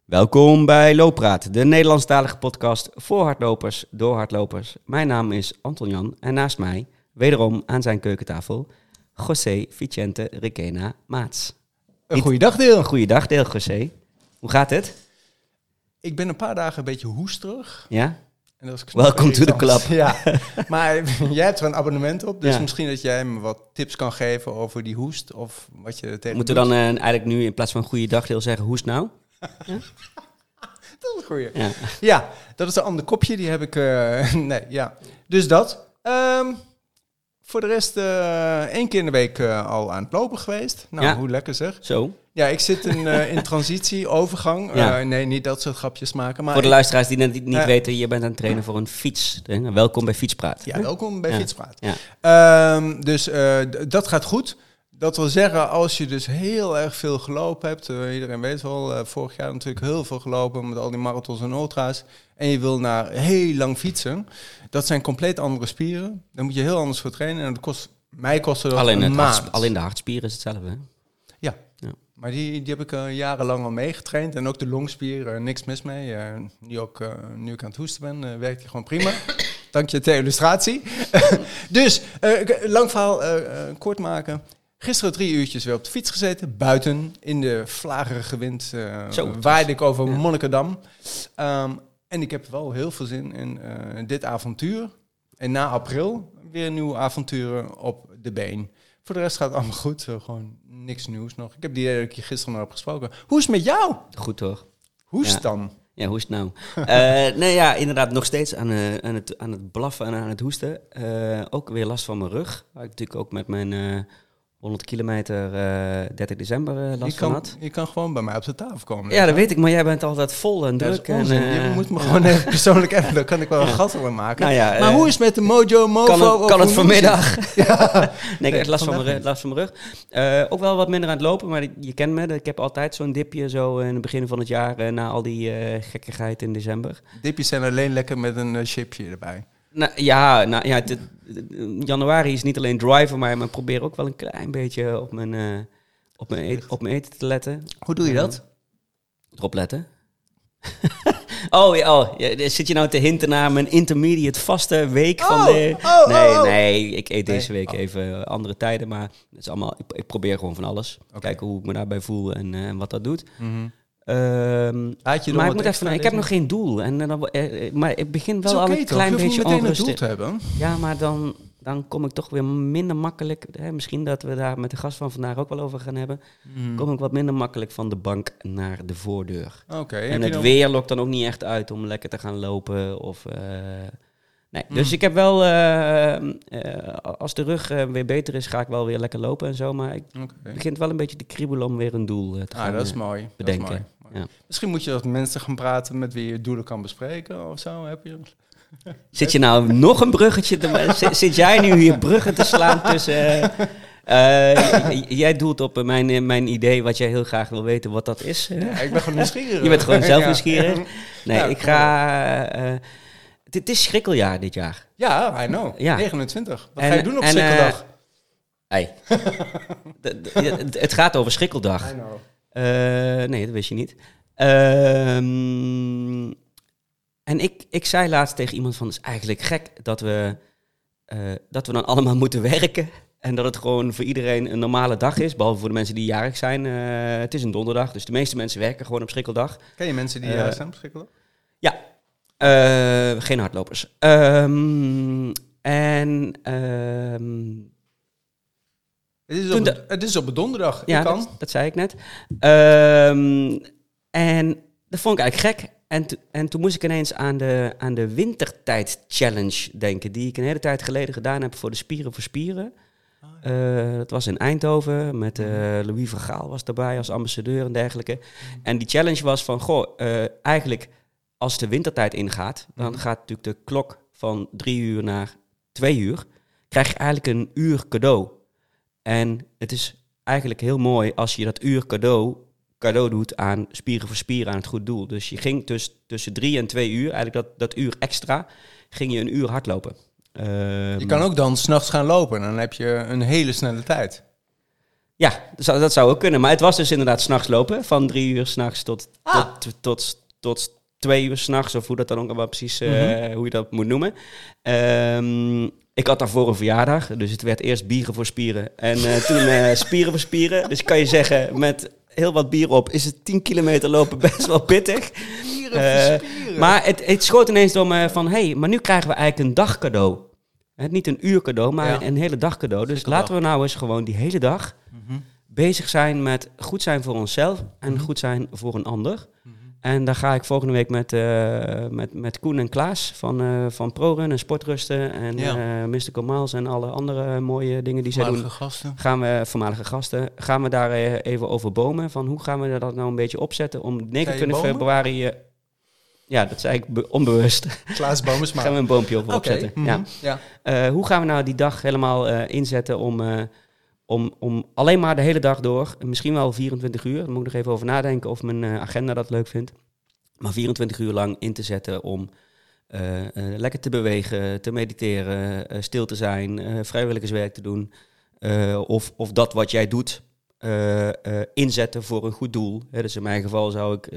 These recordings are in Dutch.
Welkom bij Looppraat, de Nederlandstalige podcast voor hardlopers, door hardlopers. Mijn naam is Anton Jan en naast mij, wederom aan zijn keukentafel, José Vicente Requena Maats. Goeiedag, Deel. Goeiedag, Deel, José. Hoe gaat het? Ik ben een paar dagen een beetje hoesterig. Ja? En dat is Welcome to the club. Ja, maar jij hebt er een abonnement op, dus Ja. misschien dat jij me wat tips kan geven over die hoest of wat je tegen Moeten we doet. dan eigenlijk nu in plaats van goeiedag, Deel, zeggen hoest nou? Dat is een goeie. Ja. Ja, dat is een ander kopje, die heb ik... nee, ja. Dus dat. Voor de rest 1 keer in de week al aan het lopen geweest. Nou, Ja. hoe lekker zeg. Zo, Ja, ik zit in transitie, overgang. Ja. Nee, niet dat soort grapjes maken. Maar voor de luisteraars die net niet Ja. weten, je bent aan het trainen voor een fiets. Welkom bij Fietspraat. Ja, welkom bij Ja. Fietspraat. Ja. Dus dat gaat goed. Dat wil zeggen, als je dus heel erg veel gelopen hebt, iedereen weet wel, vorig jaar natuurlijk heel veel gelopen met al die marathons en ultra's, en je wil naar heel lang fietsen, dat zijn compleet andere spieren. Daar moet je heel anders voor trainen en dat kost dat een maand. Alleen de hartspier is hetzelfde, hè? Ja. Ja. Maar die heb ik jarenlang al meegetraind. En ook de longspier, niks mis mee. Nu ik aan het hoesten ben, werkt die gewoon prima. Dank je ter illustratie. Dus, lang verhaal kort maken. Gisteren 3 uurtjes weer op de fiets gezeten. Buiten, in de vlagerige wind. Waaide ik over Monnikendam. En ik heb wel heel veel zin in dit avontuur. En na april weer nieuwe avonturen op de been. Voor de rest gaat het allemaal goed. Gewoon niks nieuws nog. Ik heb die hele keer gisteren nog gesproken. Hoe is het met jou? Goed hoor. Hoe is Ja. het dan? Ja, hoe is het nou? Nee, ja, inderdaad nog steeds aan het blaffen en aan het hoesten. Ook weer last van mijn rug. Waar ik natuurlijk ook met mijn 100 kilometer 30 december last van had. Je kan gewoon bij mij op de tafel komen. Ja, dat weet ik, maar jij bent altijd vol en druk. Dat is onzin. Je moet me gewoon even persoonlijk even, dan kan ik wel een gat over maken. Nou ja, maar hoe is het met de Mojo, Movo? Kan het vanmiddag? Ja. Nee, ik heb last vandaag van mijn rug. Ook wel wat minder aan het lopen, maar je kent me. Ik heb altijd zo'n dipje zo in het begin van het jaar, na al die gekkigheid in december. Dipjes zijn alleen lekker met een chipje erbij. Januari is niet alleen driven, maar ik probeer ook wel een klein beetje op mijn eten te letten. Hoe doe je dat? Erop letten. Zit je nou te hinten naar mijn intermediate vaste week van de... Nee, ik eet deze week even andere tijden, maar het is allemaal, ik probeer gewoon van alles. Okay. Kijken hoe ik me daarbij voel en wat dat doet. Mm-hmm. Maar ik heb nog geen doel. Maar ik begin wel al een klein beetje onrustig. Doel te hebben. Ja, maar dan kom ik toch weer minder makkelijk... misschien dat we daar met de gast van vandaag ook wel over gaan hebben. Kom ik wat minder makkelijk van de bank naar de voordeur. Okay, en het weer lokt dan ook niet echt uit om lekker te gaan lopen. Nee. Dus ik heb wel... als de rug weer beter is, ga ik wel weer lekker lopen en zo. Maar ik begint wel een beetje te kriebelen om weer een doel te gaan dat is mooi. bedenken. Dat is mooi. Ja. Misschien moet je met mensen gaan praten met wie je doelen kan bespreken of zo. Heb je... Zit je nou nog een bruggetje zit jij nu hier bruggen te slaan tussen... jij doelt op mijn idee wat jij heel graag wil weten wat dat is. Ja, ik ben gewoon nieuwsgierig. Je bent gewoon zelf nieuwsgierig. Ja. Nee, Ja, ik ga... Het is schrikkeljaar dit jaar. Ja, I know. Ja. 29. Wat ga je doen op schrikkeldag? Het gaat over schrikkeldag. I know. Nee, dat wist je niet. En ik zei laatst tegen iemand van... Het is eigenlijk gek dat we dan allemaal moeten werken. En dat het gewoon voor iedereen een normale dag is. Behalve voor de mensen die jarig zijn. Het is een donderdag, dus de meeste mensen werken gewoon op schrikkeldag. Ken je mensen die zijn op schrikkeldag? Ja. Geen hardlopers. Het is op een donderdag. Ja, ik kan. dat zei ik net. En dat vond ik eigenlijk gek. En toen moest ik ineens aan de wintertijd challenge denken. Die ik een hele tijd geleden gedaan heb voor de Spieren voor Spieren. Dat was in Eindhoven. Met Louis van Gaal was daarbij als ambassadeur en dergelijke. En die challenge was van... eigenlijk als de wintertijd ingaat... dan gaat natuurlijk de klok van 3 uur naar 2 uur... krijg je eigenlijk een uur cadeau. En het is eigenlijk heel mooi als je dat uur cadeau doet aan Spieren voor Spieren, aan het goed doel. Dus je ging tussen 3 en 2 uur, eigenlijk dat uur extra, ging je een uur hardlopen. Je kan ook dan 's nachts gaan lopen en dan heb je een hele snelle tijd. Ja, dat zou ook kunnen. Maar het was dus inderdaad 's nachts lopen. Van 3 uur 's nachts tot 2 uur 's nachts. Of hoe dat dan ook wel precies, hoe je dat moet noemen. Ik had daarvoor een verjaardag. Dus het werd eerst bieren voor spieren. En toen spieren voor spieren. Dus kan je zeggen, met heel wat bier op is het 10 kilometer lopen best wel pittig. Maar het schoot ineens door me van, maar nu krijgen we eigenlijk een dagcadeau. Niet een uur cadeau, maar een hele dag cadeau. Dus laten we nou eens gewoon die hele dag bezig zijn met goed zijn voor onszelf en goed zijn voor een ander. En daar ga ik volgende week met Koen en Klaas van ProRun en Sportrusten en Mystical Miles en alle andere mooie dingen die zij doen. Voormalige gasten. Gaan we daar even over bomen. Van hoe gaan we dat nou een beetje opzetten om 29 februari... Ja, dat zei ik onbewust. Klaas Bomersma. Gaan we een boompje over opzetten. Hoe gaan we nou die dag helemaal inzetten om alleen maar de hele dag door, misschien wel 24 uur, daar moet ik nog even over nadenken of mijn agenda dat leuk vindt, maar 24 uur lang in te zetten om lekker te bewegen, te mediteren, stil te zijn, vrijwilligerswerk te doen, of dat wat jij doet inzetten voor een goed doel. Dus in mijn geval zou ik...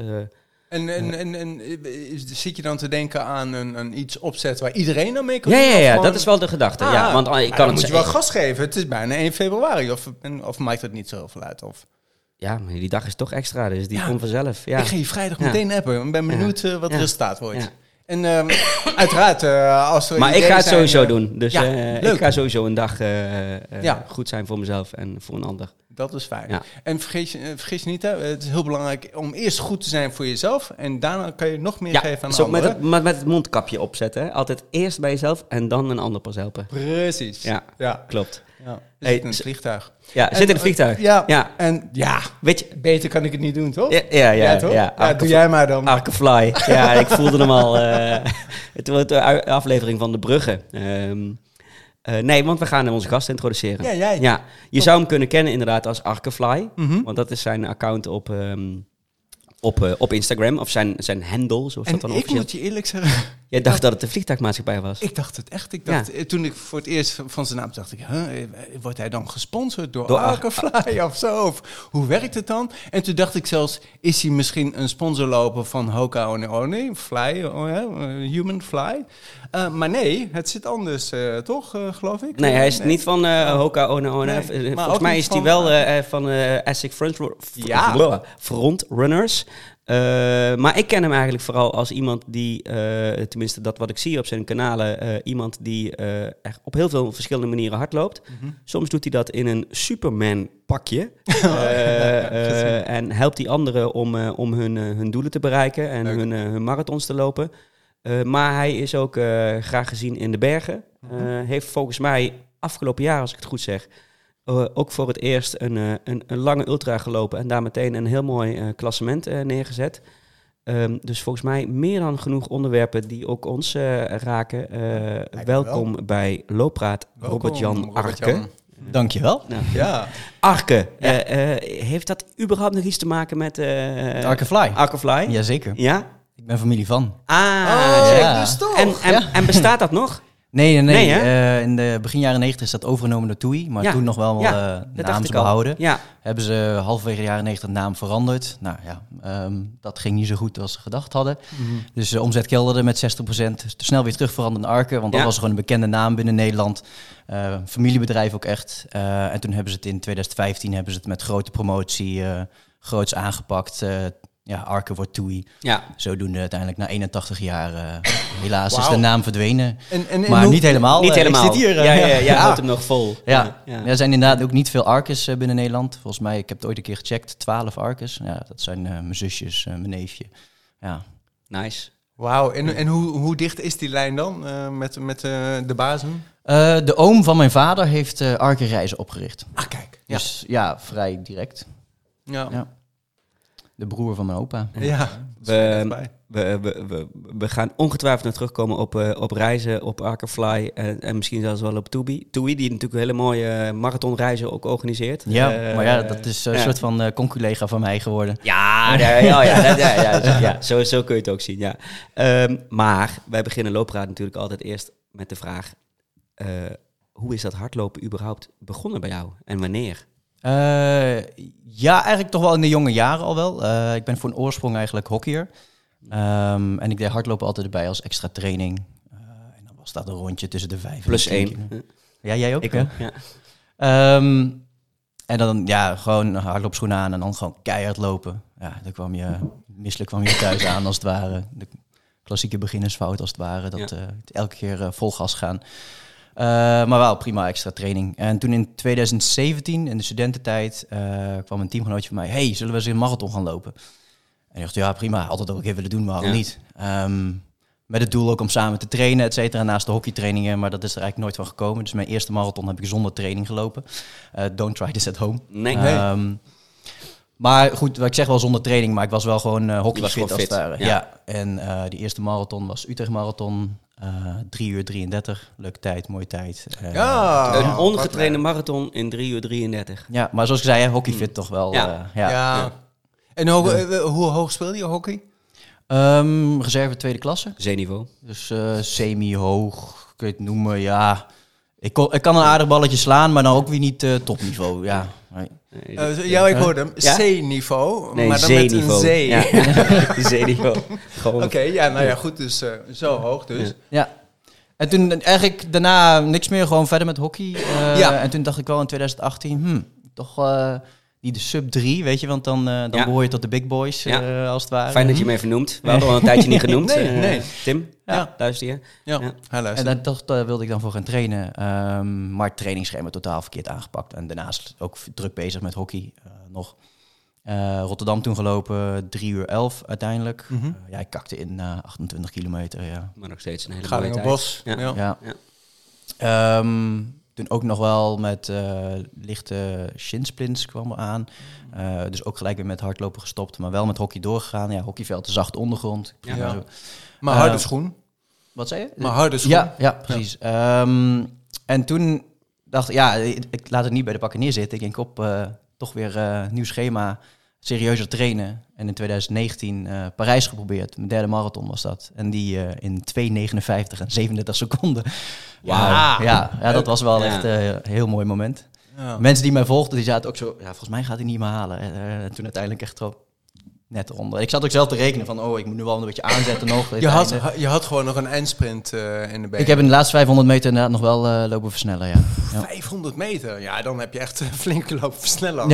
En zit je dan te denken aan een iets opzet waar iedereen aan mee kan doen? Ja, dat is wel de gedachte. Want dan moet je wel gas geven. Het is bijna 1 februari. Of maakt het niet zoveel uit? Of? Ja, maar die dag is toch extra, dus die komt vanzelf. Ja. Ik ga je vrijdag meteen appen. Ik ben benieuwd wat het resultaat wordt. Ja. En uiteraard, als er... Maar ik ga het sowieso doen. Dus ik ga sowieso een dag goed zijn voor mezelf en voor een ander. Dat is fijn. Ja. En vergis je niet, het is heel belangrijk om eerst goed te zijn voor jezelf. En daarna kan je nog meer geven aan anderen. Met het mondkapje opzetten. Hè? Altijd eerst bij jezelf en dan een ander pas helpen. Precies. Ja. Klopt. Ja. Zit in een vliegtuig. Ja, zit in een vliegtuig. En weet je, beter kan ik het niet doen, toch? Ja, toch? Ja, doe jij maar dan. Arkefly. Ja, ik voelde hem al. Het wordt de aflevering van de bruggen. Nee, want we gaan onze gast introduceren. Ja, je zou hem kunnen kennen inderdaad als Arkefly. Want dat is zijn account op Instagram. Of zijn handle, zoals dat dan officieel... ik moet je eerlijk zeggen... Jij dacht dat het de vliegtuigmaatschappij was? Ik dacht het echt. Toen ik voor het eerst van zijn naam dacht ik... wordt hij dan gesponsord door Arkefly of zo? Of hoe werkt het dan? En toen dacht ik zelfs... is hij misschien een sponsorloper van Hoka One One? Fly, Human Fly? Maar nee, het zit anders, toch, geloof ik? Nee, hij is niet van Hoka One One. Volgens mij is hij wel van ASIC Frontrunners. Maar ik ken hem eigenlijk vooral als iemand die, tenminste dat wat ik zie op zijn kanalen, iemand die echt op heel veel verschillende manieren hardloopt. Soms doet hij dat in een Superman pakje en helpt die anderen om hun doelen te bereiken en hun marathons te lopen. Maar hij is ook graag gezien in de bergen. Heeft volgens mij afgelopen jaar, als ik het goed zeg, ook voor het eerst een lange ultra gelopen en daar meteen een heel mooi klassement neergezet. Dus volgens mij meer dan genoeg onderwerpen die ook ons raken. Welkom bij Looppraat, Robert-Jan Arke. Dankjewel. Nou, ja. Arke, heeft dat überhaupt nog iets te maken met... Arkefly? Jazeker. Ja? Ik ben familie van. Dus toch. En bestaat dat nog? Nee. In de begin jaren 90 is dat overgenomen door TUI, maar toen nog wel naamsbehouden. Ja. Hebben ze halverwege de jaren 90 de naam veranderd. Nou ja, dat ging niet zo goed als ze gedacht hadden. Dus de omzet kelderde met 60%. Te snel weer terug veranderd naar Arke, want dat was gewoon een bekende naam binnen Nederland. Familiebedrijf ook echt. En toen hebben ze het in 2015 met grote promotie groots aangepakt. Arke wordt TUI. Ja. Zodoende uiteindelijk na 81 jaar helaas is de naam verdwenen. Maar niet helemaal. Niet helemaal. Ik zit hier. Jij houdt hem nog vol. Er zijn inderdaad ook niet veel Arkes binnen Nederland. Volgens mij, ik heb het ooit een keer gecheckt, 12 Arkes. Ja, dat zijn mijn zusjes, mijn neefje. Ja. Nice. Wauw. En hoe dicht is die lijn dan met de bazen? De oom van mijn vader heeft Arke Reizen opgericht. Ah, kijk. Dus ja, vrij direct. Ja. De broer van mijn opa. Ja, we gaan ongetwijfeld nog terugkomen op reizen, op Arkefly en misschien zelfs wel op TUI. TUI, die natuurlijk hele mooie marathonreizen ook organiseert. Ja, maar dat is een soort van conculega van mij geworden. Zo kun je het ook zien, ja. Maar wij beginnen Loopraad natuurlijk altijd eerst met de vraag... hoe is dat hardlopen überhaupt begonnen bij jou en wanneer? Ja, eigenlijk toch wel in de jonge jaren al wel. Ik ben voor een oorsprong eigenlijk hockeyer. En ik deed hardlopen altijd erbij als extra training. En dan was dat een rondje tussen de 5 Plus en 10 1. kilo. Ja, jij ook? Ik Ja. ook, ja. En dan gewoon hardloopschoenen aan en dan gewoon keihard lopen. Ja, dan kwam je thuis aan als het ware. De klassieke beginnersfout als het ware. Dat elke keer vol gas gaan. Maar wel prima extra training. En toen in 2017, in de studententijd, kwam een teamgenootje van mij. Hey, zullen we eens een marathon gaan lopen? En ik dacht, ja prima, altijd ook een keer willen doen, maar waarom niet? Met het doel ook om samen te trainen, et cetera, naast de hockeytrainingen. Maar dat is er eigenlijk nooit van gekomen. Dus mijn eerste marathon heb ik zonder training gelopen. Don't try this at home. Nee. Maar goed, ik zeg wel zonder training, maar ik was wel gewoon hockeyfit als het ware. Ja. Ja. En die eerste marathon was Utrecht Marathon. 3 uur 33. Leuke tijd, mooie tijd. Een ongetrainde marathon in 3 uur 33. Ja, maar zoals ik zei, hockeyfit toch wel. Ja. En hoe hoog speelde je hockey? Reserve tweede klasse. Zeeniveau. Dus semi-hoog, kun je het noemen. Ja, ik kan een aardig balletje slaan, maar dan ook weer niet topniveau. Ja. Ik hoorde hem. Ja? C-niveau, Nee, maar dan met een zeeniveau. zee. Ja. Zeeniveau. Gewoon. Oké, ja, nou ja, goed, dus zo hoog dus. Ja. En toen eigenlijk daarna niks meer, gewoon verder met hockey. En toen dacht ik wel in 2018, toch niet de sub 3, weet je, want dan behoor je tot de big boys, als het ware. Fijn dat je me even noemt. We hadden al een tijdje niet genoemd. Nee. Tim, Ja. luister je? Ja, hij luistert. En daar wilde ik dan voor gaan trainen. Maar het trainingsschema totaal verkeerd aangepakt. En daarnaast ook druk bezig met hockey nog. Rotterdam toen gelopen, 3 uur 11 uiteindelijk. Ik kakte in 28 kilometer, ja. Maar nog steeds een hele mooie tijd. Galingenbos. Ja. Toen ook nog wel met lichte shinsplints kwam er aan. Dus ook gelijk weer met hardlopen gestopt, maar wel met hockey doorgegaan. Ja, hockeyveld, de zachte ondergrond. Ja. Maar harde schoen. Wat zei je? Maar harde schoen. Ja, precies. En toen dacht ik, ik laat het niet bij de pakken neerzitten. Ik denk op toch weer nieuw schema, serieuzer trainen. En in 2019 Parijs geprobeerd. Mijn derde marathon was dat. En die in 2:59 en 37 seconden. Wauw. Ja, dat was wel echt een heel mooi moment. Ja. Mensen die mij volgden, die zaten ook zo... Ja, volgens mij gaat hij niet meer halen. En toen uiteindelijk echt zo net eronder. Ik zat ook zelf te rekenen van... ik moet nu wel een beetje aanzetten nog. Je had gewoon nog een eindsprint in de benen. Ik heb in de laatste 500 meter inderdaad nog wel lopen versnellen, ja. 500 meter? Ja, dan heb je echt flink lopen versnellen.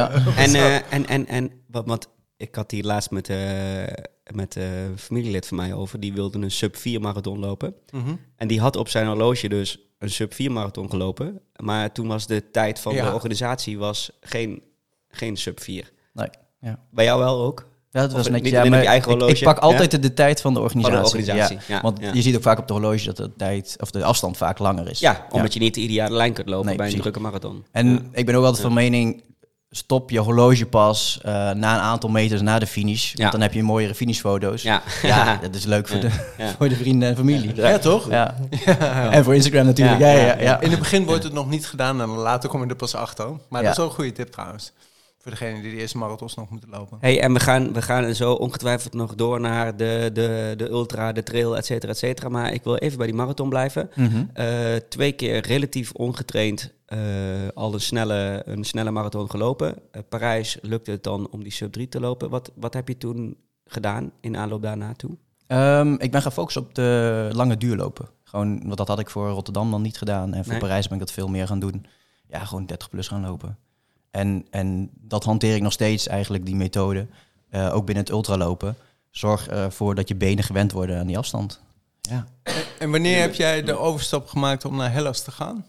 Want ik had hier laatst met een familielid van mij over. Die wilde een sub 4 marathon lopen. En die had op zijn horloge dus een sub 4 marathon gelopen. Maar toen was de tijd van de organisatie geen sub 4. Nee, ja. Bij jou wel ook? Ja, dat was Of netjes. niet alleen op je eigen horloge? Ik pak altijd de tijd van de organisatie. Van de organisatie, ja. Want je ziet ook vaak op de horloge dat de tijd of de afstand vaak langer is. Ja, omdat je niet de ideale lijn kunt lopen bij precies. een drukke marathon. En ik ben ook altijd van mening, stop je horloge pas na een aantal meters na de finish. Want dan heb je mooiere finishfoto's. Ja. Dat is leuk voor de vrienden en familie. Ja, toch? Ja. En voor Instagram natuurlijk. Ja. In het begin wordt het nog niet gedaan en later kom je er pas achter. Maar dat is ook een goede tip trouwens. Voor degenen die de eerste marathons nog moeten lopen. Hey, en we gaan zo ongetwijfeld nog door naar de ultra, de trail, et cetera. Maar ik wil even bij die marathon blijven. 2 keer relatief ongetraind al een snelle marathon gelopen. Parijs lukte het dan om die sub 3 te lopen. Wat heb je toen gedaan in aanloop daarna toe? Ik ben gaan focussen op de lange duurlopen. Gewoon, want dat had ik voor Rotterdam dan niet gedaan. En voor Parijs ben ik dat veel meer gaan doen. Ja, gewoon 30 plus gaan lopen. En dat hanteer ik nog steeds eigenlijk, die methode. Ook binnen het ultralopen. Zorg ervoor dat je benen gewend worden aan die afstand. Ja. En wanneer heb jij de overstap gemaakt om naar Hellas te gaan?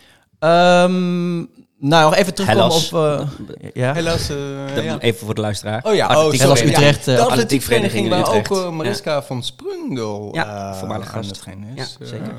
Nog even terugkomen Hellas. op... Hellas, Even voor de luisteraar. Oh ja, Hellas Utrecht. De atletiekvereniging atletiekvereniging in waar Utrecht. ook Mariska van Sprungel voormalig aan gast. het gaan Ja, is. zeker.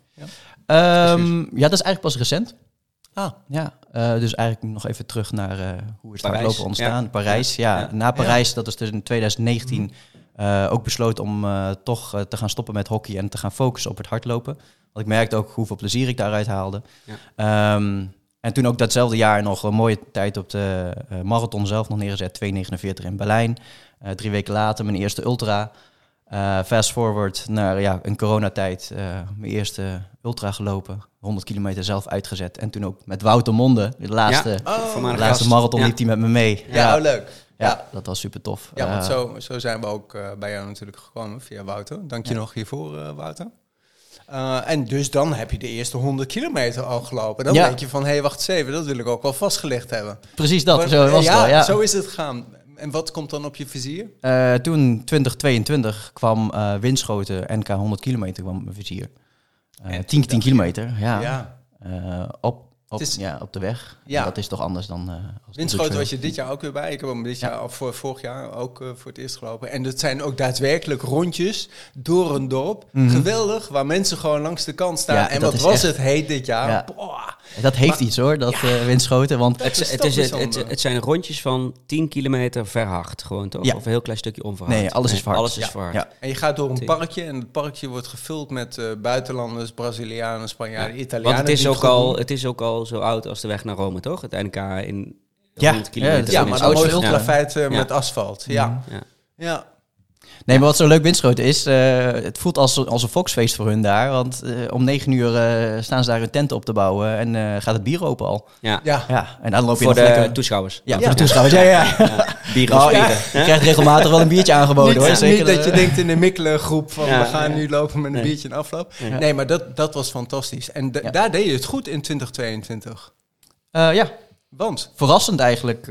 Dat is eigenlijk pas recent. Ah. Ja, dus eigenlijk nog even terug naar hoe is het Parijs, hardlopen ontstaan. ja. Parijs, na Parijs, dat is dus in 2019 ook besloten om toch te gaan stoppen met hockey en te gaan focussen op het hardlopen. Want ik merkte ook hoeveel plezier ik daaruit haalde. Ja. En toen ook datzelfde jaar nog een mooie tijd op de marathon zelf nog neergezet. 2:49 in Berlijn. 3 weken later mijn eerste ultra. Fast forward naar een coronatijd. Mijn eerste ultra gelopen. 100 kilometer zelf uitgezet. En toen ook met Wouter Monde, de laatste gast. marathon, liep hij met me mee. Ja, leuk. Ja, dat was super tof. Ja, want zo zijn we ook bij jou natuurlijk gekomen via Wouter. Dank je nog hiervoor, Wouter. En dus dan heb je de eerste 100 kilometer al gelopen. Dan denk je van, wacht eens even, dat wil ik ook wel vastgelegd hebben. Precies dat, zo was het wel. Ja, zo is het gegaan. En wat komt dan op je vizier? Toen, 2022, kwam Winschoten NK 100 kilometer kwam op mijn vizier. 10 kilometer, op de weg. Ja. Dat is toch anders dan... Winschoten was je dit jaar ook weer bij. Ik heb hem dit jaar of vorig jaar ook voor het eerst gelopen. En dat zijn ook daadwerkelijk rondjes door een dorp. Geweldig, waar mensen gewoon langs de kant staan. En wat was het heet dit jaar. Ja. Dat heeft iets hoor, dat Winschoten. Want het zijn rondjes van 10 kilometer verhard gewoon, toch? Ja. Of een heel klein stukje onverhard. Nee, alles is verhard. Alles is verhard. Ja. En je gaat door een parkje en het parkje wordt gevuld met buitenlanders, Brazilianen, Spanjaarden, Italianen. Want het is ook al zo oud als de weg naar Rome, toch? Het NK in 100 kilometer. Ja, maar dan mooi ultrafeit met asfalt. Ja. Nee, maar wat zo leuk Winschoten is, het voelt als een volksfeest voor hun daar. Want om 9 uur staan ze daar hun tent op te bouwen en gaat het bier open al. Ja. En dan loop je voor de lekker... toeschouwers. Ja, voor de toeschouwers. Ja. Bier je krijgt regelmatig wel een biertje aangeboden hoor. Zeker niet dat je denkt in de Mikkelen groep van we gaan nu lopen met een biertje in afloop. Ja. Nee, maar dat was fantastisch. En daar deed je het goed in 2022. Want? Verrassend eigenlijk.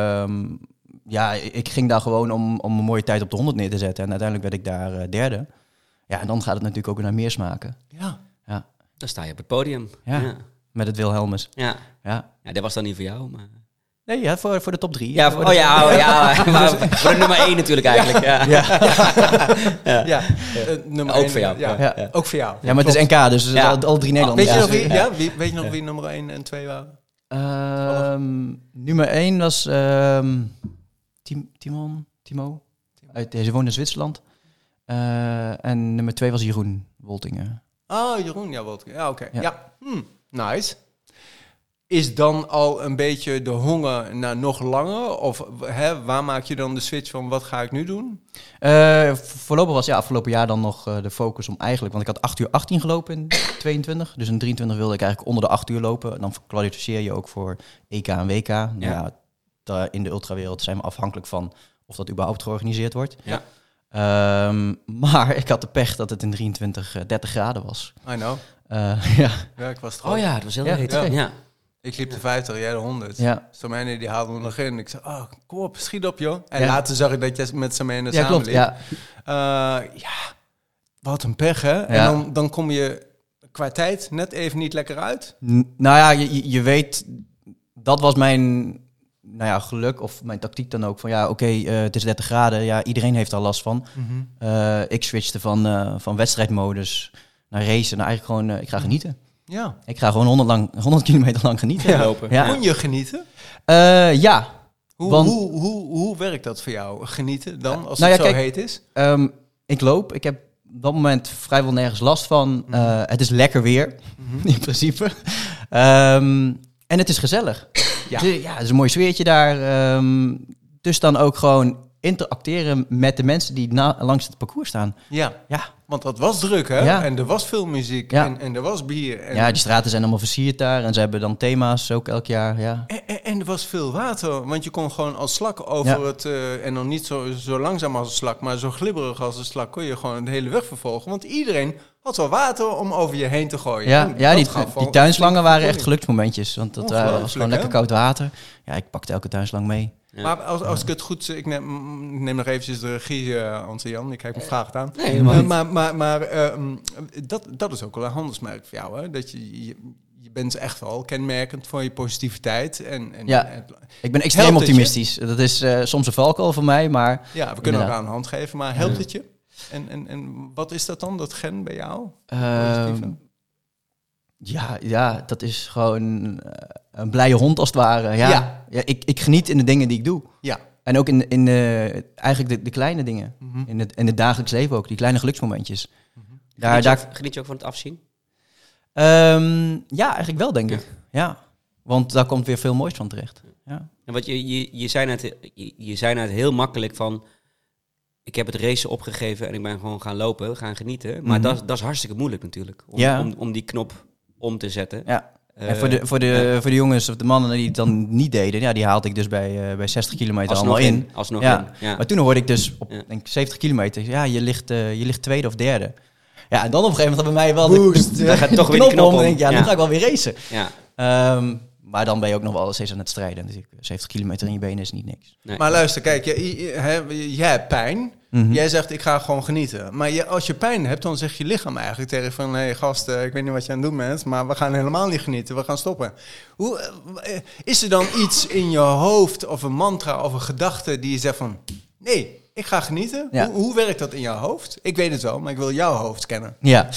Ik ging daar gewoon om een mooie tijd op de 100 neer te zetten. En uiteindelijk werd ik daar derde. Ja, en dan gaat het natuurlijk ook weer naar meer smaken. Ja. Dan sta je op het podium. Ja. Met het Wilhelmus. Ja, dat was dan niet voor jou, maar... Nee, voor de top 3. Ja, maar voor de nummer 1 natuurlijk eigenlijk. Nummer ook 1, voor jou. Ja. Ook voor jou. Ja, maar het is NK, dus al 3 Nederlanders. Weet je nog wie nummer 1 en 2 waren? Nummer 1 was Timo. Ze woonde in Zwitserland. En nummer 2 was Jeroen Woltingen. Oh, Jeroen, Woltingen. Ja, oké. Ja. Nice. Is dan al een beetje de honger naar nog langer? Of waar maak je dan de switch van wat ga ik nu doen? Voorlopig was afgelopen jaar dan nog de focus om eigenlijk... Want ik had 8 uur 18 gelopen in 22. Dus in 23 wilde ik eigenlijk onder de 8 uur lopen. Dan kwalificeer je ook voor EK en WK. In de ultrawereld zijn we afhankelijk van of dat überhaupt georganiseerd wordt. Ja. Maar ik had de pech dat het in 23 30 graden was. I know. Ik was er ook. Oh ja, dat was heel heet. Ja. Ik liep de 50, jij de 100. Ja. Samene die haalde me nog in. Ik zei, kom op, schiet op joh. En later zag ik dat je met Samene samen liep. Wat een pech hè. Ja. En dan kom je qua tijd net even niet lekker uit. Je weet, dat was mijn geluk of mijn tactiek dan ook. Van het is 30 graden. Ja, iedereen heeft er last van. Ik switchte van wedstrijdmodus naar racen. Nou, eigenlijk gewoon, ik ga genieten. Ja. Ik ga gewoon 100 kilometer lang genieten. Lopen. Ja. Kon je genieten? Ja. Hoe werkt dat voor jou? Genieten dan, als het zo heet is? Ik loop. Ik heb op dat moment vrijwel nergens last van. Het is lekker weer, in principe. En het is gezellig. Ja. Het is een mooi sfeertje daar. Dus dan ook gewoon interacteren met de mensen die langs het parcours staan. Ja, want dat was druk, hè? Ja. En er was veel muziek en er was bier. En... die straten zijn allemaal versierd daar. En ze hebben dan thema's ook elk jaar, En er was veel water, want je kon gewoon als slak over het... en dan niet zo langzaam als een slak, maar zo glibberig als een slak... kon je gewoon de hele weg vervolgen. Want iedereen had wel water om over je heen te gooien. Die tuinslangen waren echt geluksmomentjes. Want dat was gewoon lekker koud water. Ja, ik pakte elke tuinslang mee. Ja. Maar als ik het goed... Ik neem nog eventjes de regie, Ante-Jan. Ik kijk me vraag aan. Nee, maar dat is ook wel een handelsmerk voor jou, hè? Dat je bent echt wel kenmerkend voor je positiviteit. Ik ben extreem optimistisch. Dat is soms een valkuil voor mij, maar... Ja, we kunnen elkaar een hand geven, maar helpt het je? En wat is dat dan, dat gen bij jou? Dat is gewoon een blije hond als het ware. Ja, ik geniet in de dingen die ik doe. Ja. En ook in eigenlijk de kleine dingen. In het dagelijks leven ook, die kleine geluksmomentjes. Geniet je ook van het afzien? Eigenlijk wel, denk ik. Ja. Want daar komt weer veel moois van terecht. Ja. En wat je zei net heel makkelijk van... Ik heb het racen opgegeven en ik ben gewoon gaan lopen, gaan genieten. Maar dat is hartstikke moeilijk natuurlijk. Om die knop om te zetten. Ja. En voor de jongens of de mannen die het dan niet deden, ja, die haalde ik dus bij 60 kilometer allemaal in. Alsnog ja. in. Ja. Maar toen hoorde ik dus op denk ik 70 kilometer, ja, je ligt tweede of derde. Ja, en dan op een gegeven moment bij mij wel daar gaat toch weer de knop om. Denk, ja, nu ga ik wel weer racen. Ja. Maar dan ben je ook nog wel steeds aan het strijden. Dus 70 kilometer in je benen is niet niks. Nee. Maar luister, kijk, jij hebt pijn. Mm-hmm. Jij zegt, ik ga gewoon genieten. Maar als je pijn hebt, dan zegt je lichaam eigenlijk tegen van... Hey, gast, ik weet niet wat je aan het doen bent, maar we gaan helemaal niet genieten. We gaan stoppen. Is er dan iets in je hoofd of een mantra of een gedachte die je zegt van... Nee, ik ga genieten. Ja. Hoe werkt dat in jouw hoofd? Ik weet het wel, maar ik wil jouw hoofd kennen. Ja,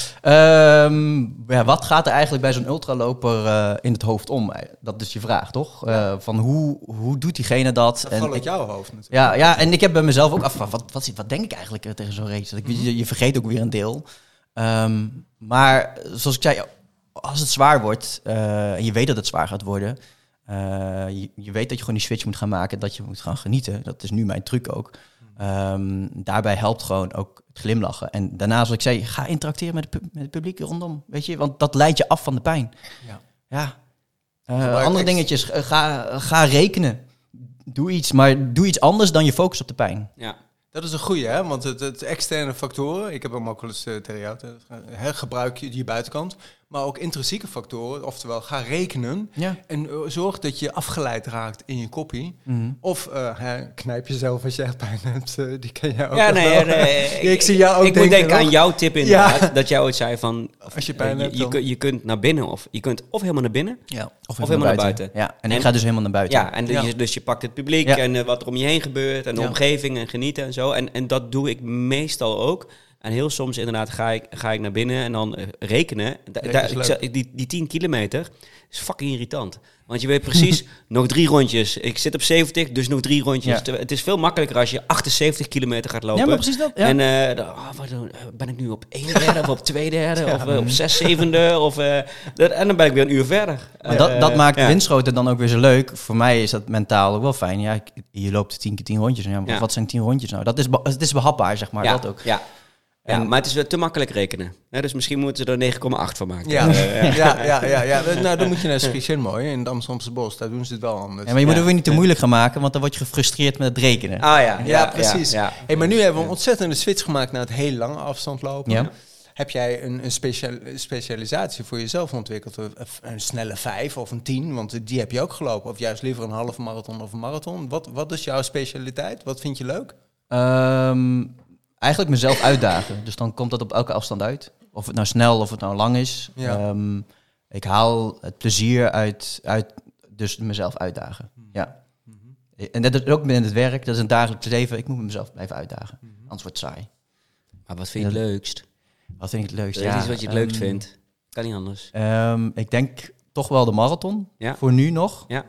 wat gaat er eigenlijk bij zo'n ultraloper in het hoofd om? Dat is je vraag, toch? Ja. Van hoe doet diegene dat? Dat valt uit jouw hoofd natuurlijk. Ja, en ik heb bij mezelf ook afgevraagd, wat denk ik eigenlijk tegen zo'n race? Je vergeet ook weer een deel. Maar zoals ik zei, als het zwaar wordt, en je weet dat het zwaar gaat worden... je weet dat je gewoon die switch moet gaan maken, dat je moet gaan genieten. Dat is nu mijn truc ook. Daarbij helpt gewoon ook het glimlachen. En daarna, zoals ik zei, ga interacteren met het publiek rondom. Weet je, want dat leidt je af van de pijn. Ja. Andere dingetjes, ga rekenen. Doe iets, maar doe iets anders dan je focus op de pijn. Ja. Dat is een goeie, hè? Want het externe factoren, ik heb hem ook wel eens tegen jou, gebruik je buitenkant, maar ook intrinsieke factoren, oftewel ga rekenen en zorg dat je afgeleid raakt in je koppie. Mm-hmm. Of knijp jezelf als je echt pijn hebt, die ken jij ook. Ja, nee. Ik zie jou ook ik moet denken aan jouw tip inderdaad, dat jij ooit zei van, als je pijn hebt, je kunt naar binnen of je kunt of helemaal naar binnen of helemaal naar buiten. Ja, en ik ga dus helemaal naar buiten. Ja, en dus je pakt het publiek en wat er om je heen gebeurt en de omgeving en genieten en zo. En dat doe ik meestal ook. En heel soms inderdaad ga ik naar binnen en dan rekenen. Die 10 kilometer is fucking irritant. Want je weet precies, nog 3 rondjes. Ik zit op 70, dus nog 3 rondjes. Ja. Het is veel makkelijker als je 78 kilometer gaat lopen. Ja, maar precies dat. Ja. En ben ik nu op 1 derde of op 2 derde of op 6 zevende? En dan ben ik weer een uur verder. Dat maakt windschoten dan ook weer zo leuk. Voor mij is dat mentaal ook wel fijn. Ja, je loopt 10 keer 10 rondjes. Ja, wat zijn 10 rondjes nou? Het is behapbaar, zeg maar. Dat ook. Ja. Ja, maar het is te makkelijk rekenen. Dus misschien moeten ze er 9,8 van maken. Ja. Nou, dan moet je naar Schiedschijn mooi in het Amsterdamse Bos. Daar doen ze het wel anders. Ja, maar je moet het weer niet te moeilijk gaan maken, want dan word je gefrustreerd met het rekenen. Ja, precies. Ja. Hey, maar nu hebben we een ontzettende switch gemaakt naar het heel lange afstand lopen. Ja. Heb jij een specialisatie voor jezelf ontwikkeld? Een snelle 5 of een 10? Want die heb je ook gelopen. Of juist liever een halve marathon of een marathon. Wat is jouw specialiteit? Wat vind je leuk? Eigenlijk mezelf uitdagen. Dus dan komt dat op elke afstand uit. Of het nou snel of het nou lang is. Ja. Ik haal het plezier uit dus mezelf uitdagen. Ja. En dat is ook binnen het werk. Dat is een dagelijks leven. Ik moet mezelf blijven uitdagen. Anders wordt het saai. Maar wat vind je het leukst? Wat vind ik het leukst? Dat is iets wat je het leukst vindt. Kan niet anders. Ik denk toch wel de marathon. Ja. Voor nu nog. Ja.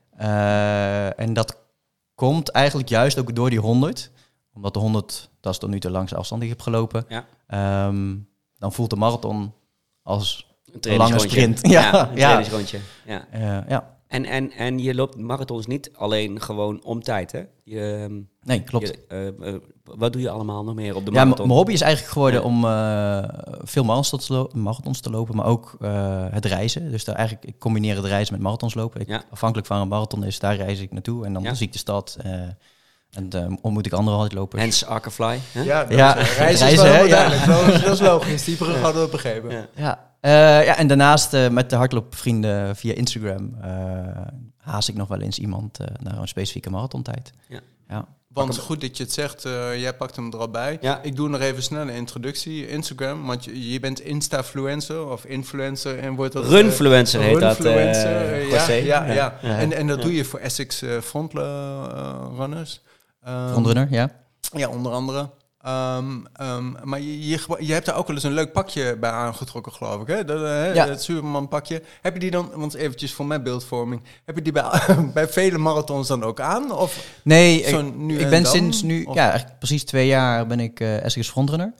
En dat komt eigenlijk juist ook door die 100. Omdat de 100, dat is tot nu de langste afstand die ik heb gelopen. Ja. Dan voelt de marathon als een lange sprint. Een trainingsrondje. Ja. En je loopt marathons niet alleen gewoon om tijd, hè? Nee, klopt. Wat doe je allemaal nog meer op de marathon? Mijn hobby is eigenlijk geworden om veel marathons te lopen, maar ook het reizen. Dus ik combineer het reizen met marathons lopen. Afhankelijk van een marathon is, daar reis ik naartoe. En dan zie ik de stad... En ontmoet ik andere hardlopen. Hence Arkerfly. Hè? Reizen is wel duidelijk. Dat is logisch. Die brug hadden we begrepen. En daarnaast met de hardloopvrienden via Instagram haast ik nog wel eens iemand naar een specifieke marathontijd. Ja. Want goed dat je het zegt, jij pakt hem er al bij. Ja. Ik doe nog even snel een introductie. Instagram, want je bent Instafluencer of influencer. En wordt dat, Runfluencer heet dat. Ja. En dat doe je voor Essex Frontrunners. Frontrunner, ja. Ja, onder andere. Maar je hebt daar ook wel eens een leuk pakje bij aangetrokken, geloof ik. Hè? Dat Superman pakje. Heb je die dan, want eventjes voor mijn beeldvorming, heb je die bij vele marathons dan ook aan? Of nee, ik ben sinds nu, eigenlijk precies 2 jaar ben ik Essex Frontrunner.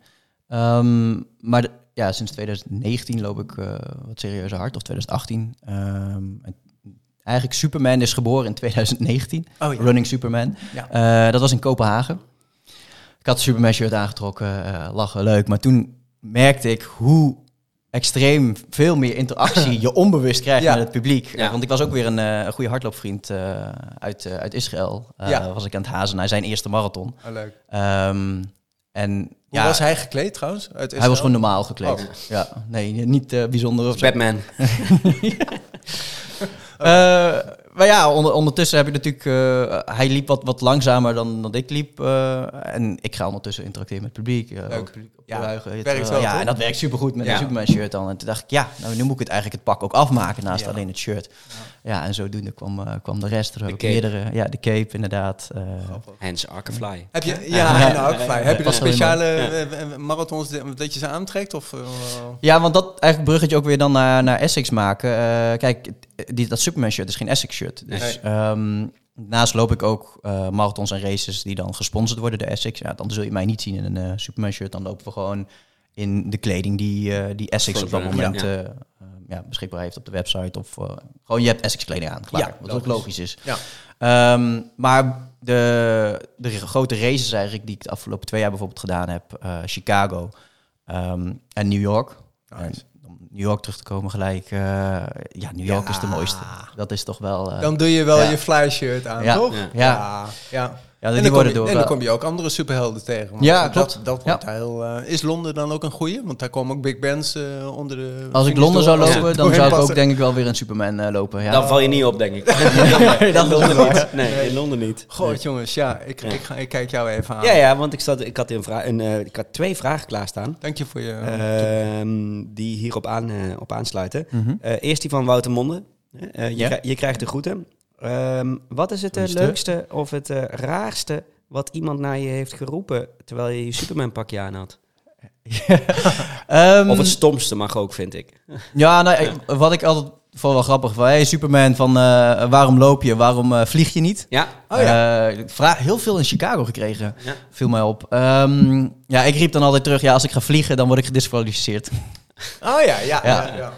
Maar sinds 2019 loop ik wat serieuzer hard, of 2018. Eigenlijk Superman is geboren in 2019. Running Superman. Ja. Dat was in Kopenhagen. Ik had de Superman shirt aangetrokken, lachen, leuk. Maar toen merkte ik hoe extreem veel meer interactie je onbewust krijgt met het publiek. Ja. Want ik was ook weer een goede hardloopvriend uit Israël. Was ik aan het hazen naar zijn eerste marathon. Oh, leuk. En Hoe was hij gekleed trouwens? Hij was gewoon normaal gekleed. Oh. Ja, nee, niet bijzonder of zo. Batman. Maar ja, ondertussen heb ik natuurlijk... hij liep wat langzamer dan ik liep. En ik ga ondertussen interacteren met het publiek. Leuk. Publiek Ja, opjuichen, werkt wel, toch? en dat werkt supergoed met een Superman shirt dan. En toen dacht ik, nu moet ik het eigenlijk het pak ook afmaken naast alleen het shirt. Ja, en zodoende kwam de rest. Er heb ik meerdere... de cape inderdaad. Hans Arkefly. Heb je, heb je de was speciale marathons dat je ze aantrekt? Of, Ja, want dat eigenlijk bruggetje ook weer dan naar Essex maken. Kijk, dat Superman shirt is geen Essex shirt. Dus daarnaast loop ik ook marathons en races die dan gesponsord worden door Essex. Ja, dan zul je mij niet zien in een Superman shirt. Dan lopen we gewoon in de kleding die Essex op dat moment beschikbaar heeft op de website. Of gewoon je hebt Essex kleding aan, klaar. Wat ook logisch is. Ja. Maar de grote races eigenlijk die ik de afgelopen 2 jaar bijvoorbeeld gedaan heb. Chicago en New York. Nice. Om New York terug te komen gelijk. New York is de mooiste. Dat is toch wel... dan doe je wel je fly shirt aan, toch? Ja, en dan kom je ook andere superhelden tegen. Ja, klopt. Dat wordt heel... is Londen dan ook een goeie? Want daar komen ook big bands onder de... Als ik Londen zou lopen, dan zou ik ook denk ik wel weer een Superman lopen. Ja. Dan val je niet op, denk ik. Dat in Londen niet. Nee, in Londen niet. Goh, jongens, ik kijk jou even aan. Ja, want ik had 2 vragen klaarstaan. Dank je voor je... die hierop aansluiten. Eerst die van Wouter Monde. Je krijgt de groeten. Wat is het leukste of het raarste wat iemand naar je heeft geroepen terwijl je je Superman pakje aan had? Of het stomste mag ook, vind ik. Wat ik altijd vond wel grappig van, hey Superman, van waarom loop je, waarom vlieg je niet? Ja. Heel veel in Chicago gekregen, viel mij op. Ik riep dan altijd terug, als ik ga vliegen, dan word ik gedisqualificeerd. Oh ja.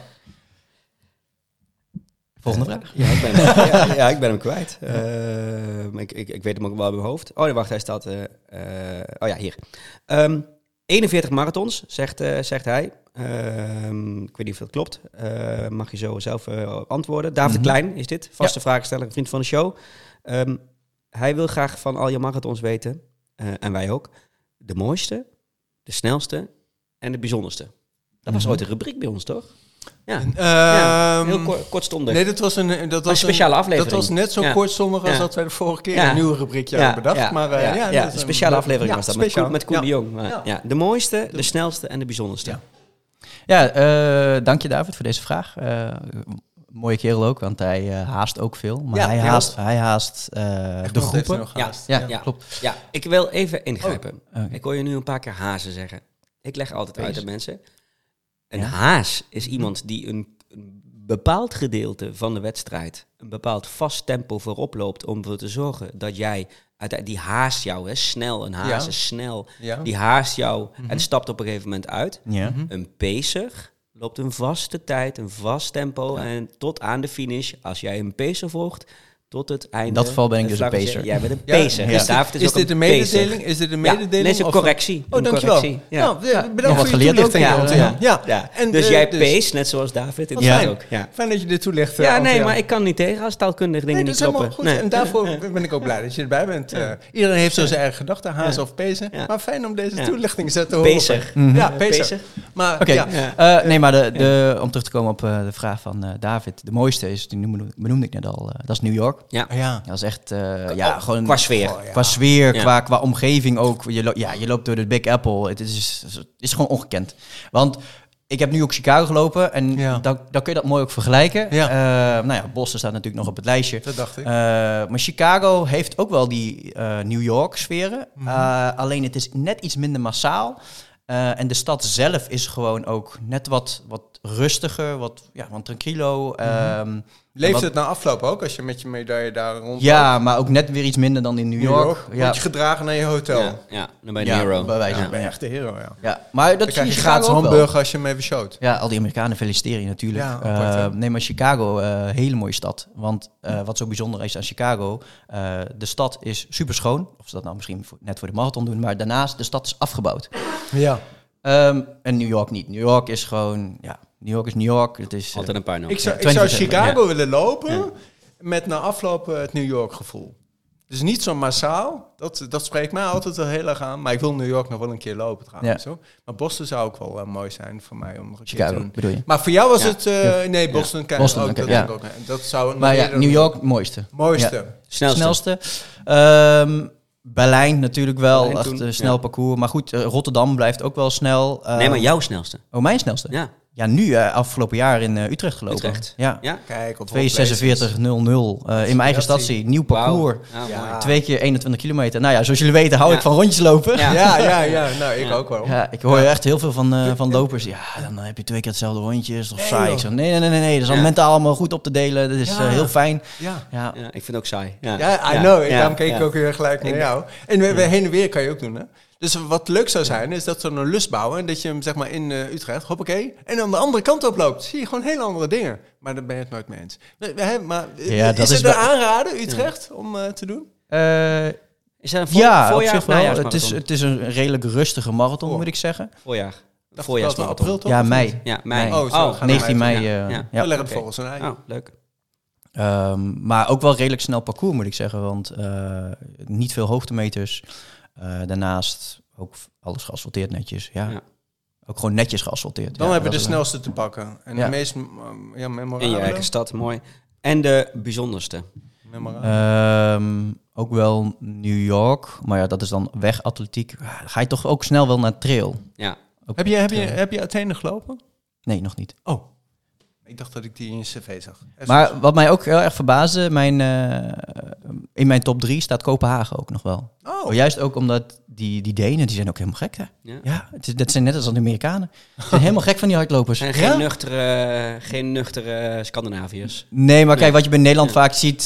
Volgende vraag. Ik ben hem kwijt. Ik weet hem ook wel in mijn hoofd. Oh, wacht, hij staat... hier. 41 marathons, zegt hij. Ik weet niet of dat klopt. Mag je zo zelf antwoorden. David de Klein is dit. Vaste vraagsteller, vriend van de show. Hij wil graag van al je marathons weten, en wij ook, de mooiste, de snelste en de bijzonderste. Dat was ooit een rubriek bij ons, toch? Ja, heel kortstondig. Nee, dat was een speciale aflevering. Dat was net zo kortstondig als dat wij de vorige keer een nieuwe rubriekje hebben bedacht. Een speciale aflevering was dat, met Koen de Jong. De mooiste, de snelste en de bijzonderste. Dank je David voor deze vraag. Mooie kerel ook, want hij haast ook veel. Maar hij haast de groepen. Klopt. Ja, ik wil even ingrijpen. Ik hoor je nu een paar keer hazen zeggen. Ik leg altijd uit aan mensen... Een haas is iemand die een bepaald gedeelte van de wedstrijd, een bepaald vast tempo voorop loopt om ervoor te zorgen dat jij, die haast jou, snel, een haas is snel, die haast jou en stapt op een gegeven moment uit. Ja. Een pacer loopt een vaste tijd, een vast tempo en tot aan de finish, als jij een pacer volgt, tot het einde. In dat geval ben ik dus een pacer. Jij bent een pacer. Ja. Is dit een mededeling? Is dit een mededeling? Nee, is een correctie. Oh, dankjewel. Bedankt voor je toelichting. Dus jij pace, net zoals David. Ook. Fijn dat je dit toelicht. Maar ik kan niet tegen als taalkundige dingen niet kloppen. Goed. En daarvoor ben ik ook blij dat je erbij bent. Iedereen heeft zo zijn eigen gedachten, haas of pacer. Maar fijn om deze toelichting te horen. Pacer. Ja, pacer. Maar om terug te komen op de vraag van David. De mooiste is, die benoemde ik net al, dat is New York. Ja. Dat is echt gewoon qua sfeer. Qua sfeer, qua omgeving ook. Je loopt door de Big Apple. Het is gewoon ongekend. Want ik heb nu ook Chicago gelopen en dan kun je dat mooi ook vergelijken. Boston staat natuurlijk nog op het lijstje. Dat dacht ik. Maar Chicago heeft ook wel die New York sferen. Alleen het is net iets minder massaal. En de stad zelf is gewoon ook net wat rustiger, wat tranquilo. Leeft het na afloop ook, als je met je medaille daar rond? Ja, maar ook net weer iets minder dan in New York. Word je gedragen naar je hotel? Ja, dan ben je de hero. Bij wijze van ben je echt de hero, maar dat krijg je gratis hamburger als je hem even showt. Ja, al die Amerikanen feliciteren je natuurlijk. Maar Chicago, hele mooie stad. Want wat zo bijzonder is aan Chicago, de stad is super schoon. Of ze dat nou misschien net voor de marathon doen, maar daarnaast, de stad is afgebouwd. Ja. En New York niet. New York is gewoon... Ja, New York is New York. Het is... Altijd een puinhoop. Ik zou 20%, Chicago willen lopen met na afloop het New York gevoel. Dus niet zo massaal. Dat spreekt mij altijd wel heel erg aan. Maar ik wil New York nog wel een keer lopen trouwens. Hoor. Maar Boston zou ook wel mooi zijn voor mij om nog een keer te Chicago, doen. bedoel je? Maar voor jou was het... nee, Boston kan Boston, ook. oké, Dat ja. denk ik ook. Dat zou Maar ja, New York, mooiste. mooiste. Snelste. Berlijn natuurlijk wel. Berlijn Echt toen, een snel parcours. Maar goed, Rotterdam blijft ook wel snel. Nee, maar jouw snelste. Oh, mijn snelste? Ja. Ja, nu afgelopen jaar in Utrecht gelopen. Utrecht. Ja. Ja? Kijk, op 2:46:00 in mijn eigen stadsie. Nieuw parcours. Wauw. Ja. Mooi. 2 keer 21 kilometer. Nou ja, zoals jullie weten hou ik van rondjes lopen. Ja. Ja. Nou, ik ook wel. Ja, ik hoor echt heel veel van lopers. Ja, dan heb je 2 keer hetzelfde rondje. Is toch Nee, saai? joh. Ik zeg, nee. Dat is al mentaal allemaal goed op te delen. Dat is Ja. heel fijn. Ja. Ja. Ja, ik vind het ook saai. Ja, Ja, I know. Ja. Daarom keek ik Ja. ook weer gelijk naar jou. En we heen en weer kan je ook doen, hè? Dus wat leuk zou zijn, is dat ze een lus bouwen... en dat je hem zeg maar in Utrecht, hoppakee... en aan de andere kant op loopt. Zie je gewoon hele andere dingen. Maar daar ben je het nooit mee eens. Maar Ja, dat is is het wel- een aanrader, Utrecht, om te doen? Is dat een Ja, op voorjaar zich of wel. najaarsmarathon? Het is een redelijk rustige marathon, Oh. moet ik zeggen. Voorjaar. April Voorjaarsmarathon. toch? Ja, Of mei. niet? Ja, mei. Nee. Oh, zo, gaan we 19 mei. Ja. Ja. We leggen het Oké. volgens een ei. Oh, leuk. Maar ook wel redelijk snel parcours, moet ik zeggen. Want niet veel hoogtemeters. Daarnaast ook alles geasfalteerd netjes. Ja. Ja. Ook gewoon netjes geasfalteerd. Dan ja, hebben we dat de is snelste te pakken. En Ja. de meest In je memorabele. eigen stad, mooi. En de bijzonderste. Ook wel New York. Maar ja, dat is dan wegatletiek. Ga je toch ook snel wel naar trail? Ja. Ook Heb je Athene gelopen? Nee, nog niet. Oh. Ik dacht dat ik die in je cv zag. Maar wat mij ook heel erg verbaasde, in mijn top 3 staat Kopenhagen ook nog wel. Oh. Juist ook omdat die Denen, die zijn ook helemaal gek, hè? Ja. Ja, dat zijn net als de Amerikanen. Ze zijn helemaal gek van die hardlopers. En geen nuchtere Scandinaviërs. Nee, maar kijk, Nee. wat je bij Nederland Ja. vaak ziet...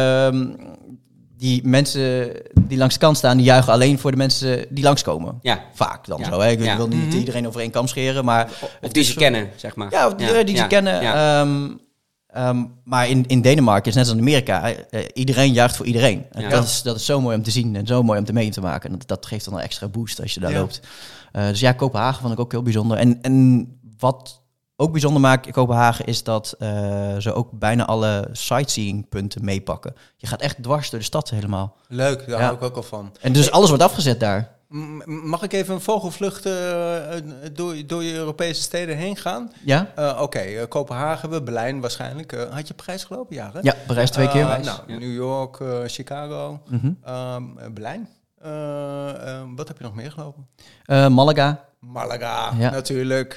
die mensen die langs de kant staan, die juichen alleen voor de mensen die langskomen. Ja. Vaak dan Ja. zo, hè? Ik Ja. wil niet iedereen over één kam scheren, maar... Of die ze kennen, zeg maar. Ja, die ze kennen. Ja. Maar in Denemarken is net als in Amerika, iedereen juicht voor iedereen. En Ja. dat is zo mooi om te zien en zo mooi om te mee te maken. En dat geeft dan een extra boost als je daar Ja. loopt. Dus ja, Kopenhagen vond ik ook heel bijzonder. En wat ook bijzonder maakt in Kopenhagen is dat ze ook bijna alle sightseeing punten meepakken. Je gaat echt dwars door de stad helemaal. Leuk, daar Ja. hou ik ook al van. En dus alles wordt afgezet daar. Mag ik even een vogelvlucht door je Europese steden heen gaan? Ja? Oké, Kopenhagen hebben we, Berlijn waarschijnlijk. Had je Parijs gelopen? Ja, hè? Ja, Parijs 2 keer. Nou, Ja. New York, Chicago, Mhm. Berlijn. Wat heb je nog meer gelopen? Malaga. Malaga, Ja. natuurlijk.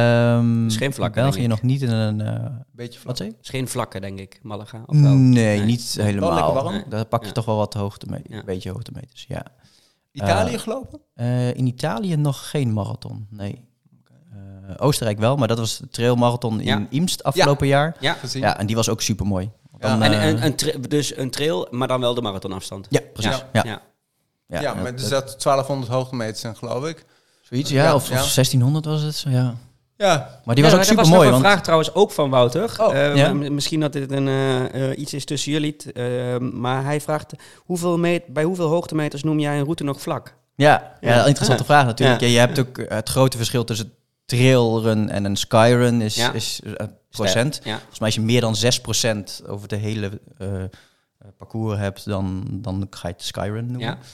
Is geen vlakke, België denk ik. nog niet in een... Beetje wat zei je? Is geen vlakke, denk ik, Malaga. Of wel? Nee, niet helemaal. Wel lekker warm? Nee. Daar pak je Ja. toch wel wat hoogtemeters. Ja. Een beetje hoogtemeters, ja. Italië gelopen? In Italië nog geen marathon, nee. Oostenrijk wel, maar dat was de trailmarathon in Ja. Imst afgelopen jaar. Ja. Gezien? Ja, en die was ook super mooi. Ja. Dus een trail, maar dan wel de marathonafstand. Ja, precies. Ja. Ja. Ja. Ja, maar er zat 1200 hoogtemeters in, geloof ik. Zoiets, ja. Ja, Of ja. 1600 was het, ja. Ja, Maar die was ook er super was nog mooi, een want... vraag trouwens ook van Wouter. Oh, ja? Misschien dat dit iets is tussen jullie. Maar hij vraagt, bij hoeveel hoogtemeters noem jij een route nog vlak? Ja, Ja. een interessante vraag natuurlijk. Ja. Ja, je hebt ook het grote verschil tussen trailrun en een skyrun is Ja. procent. Ja. Volgens mij als je meer dan 6% over de hele parcours hebt, dan ga je het skyrun noemen. Ja.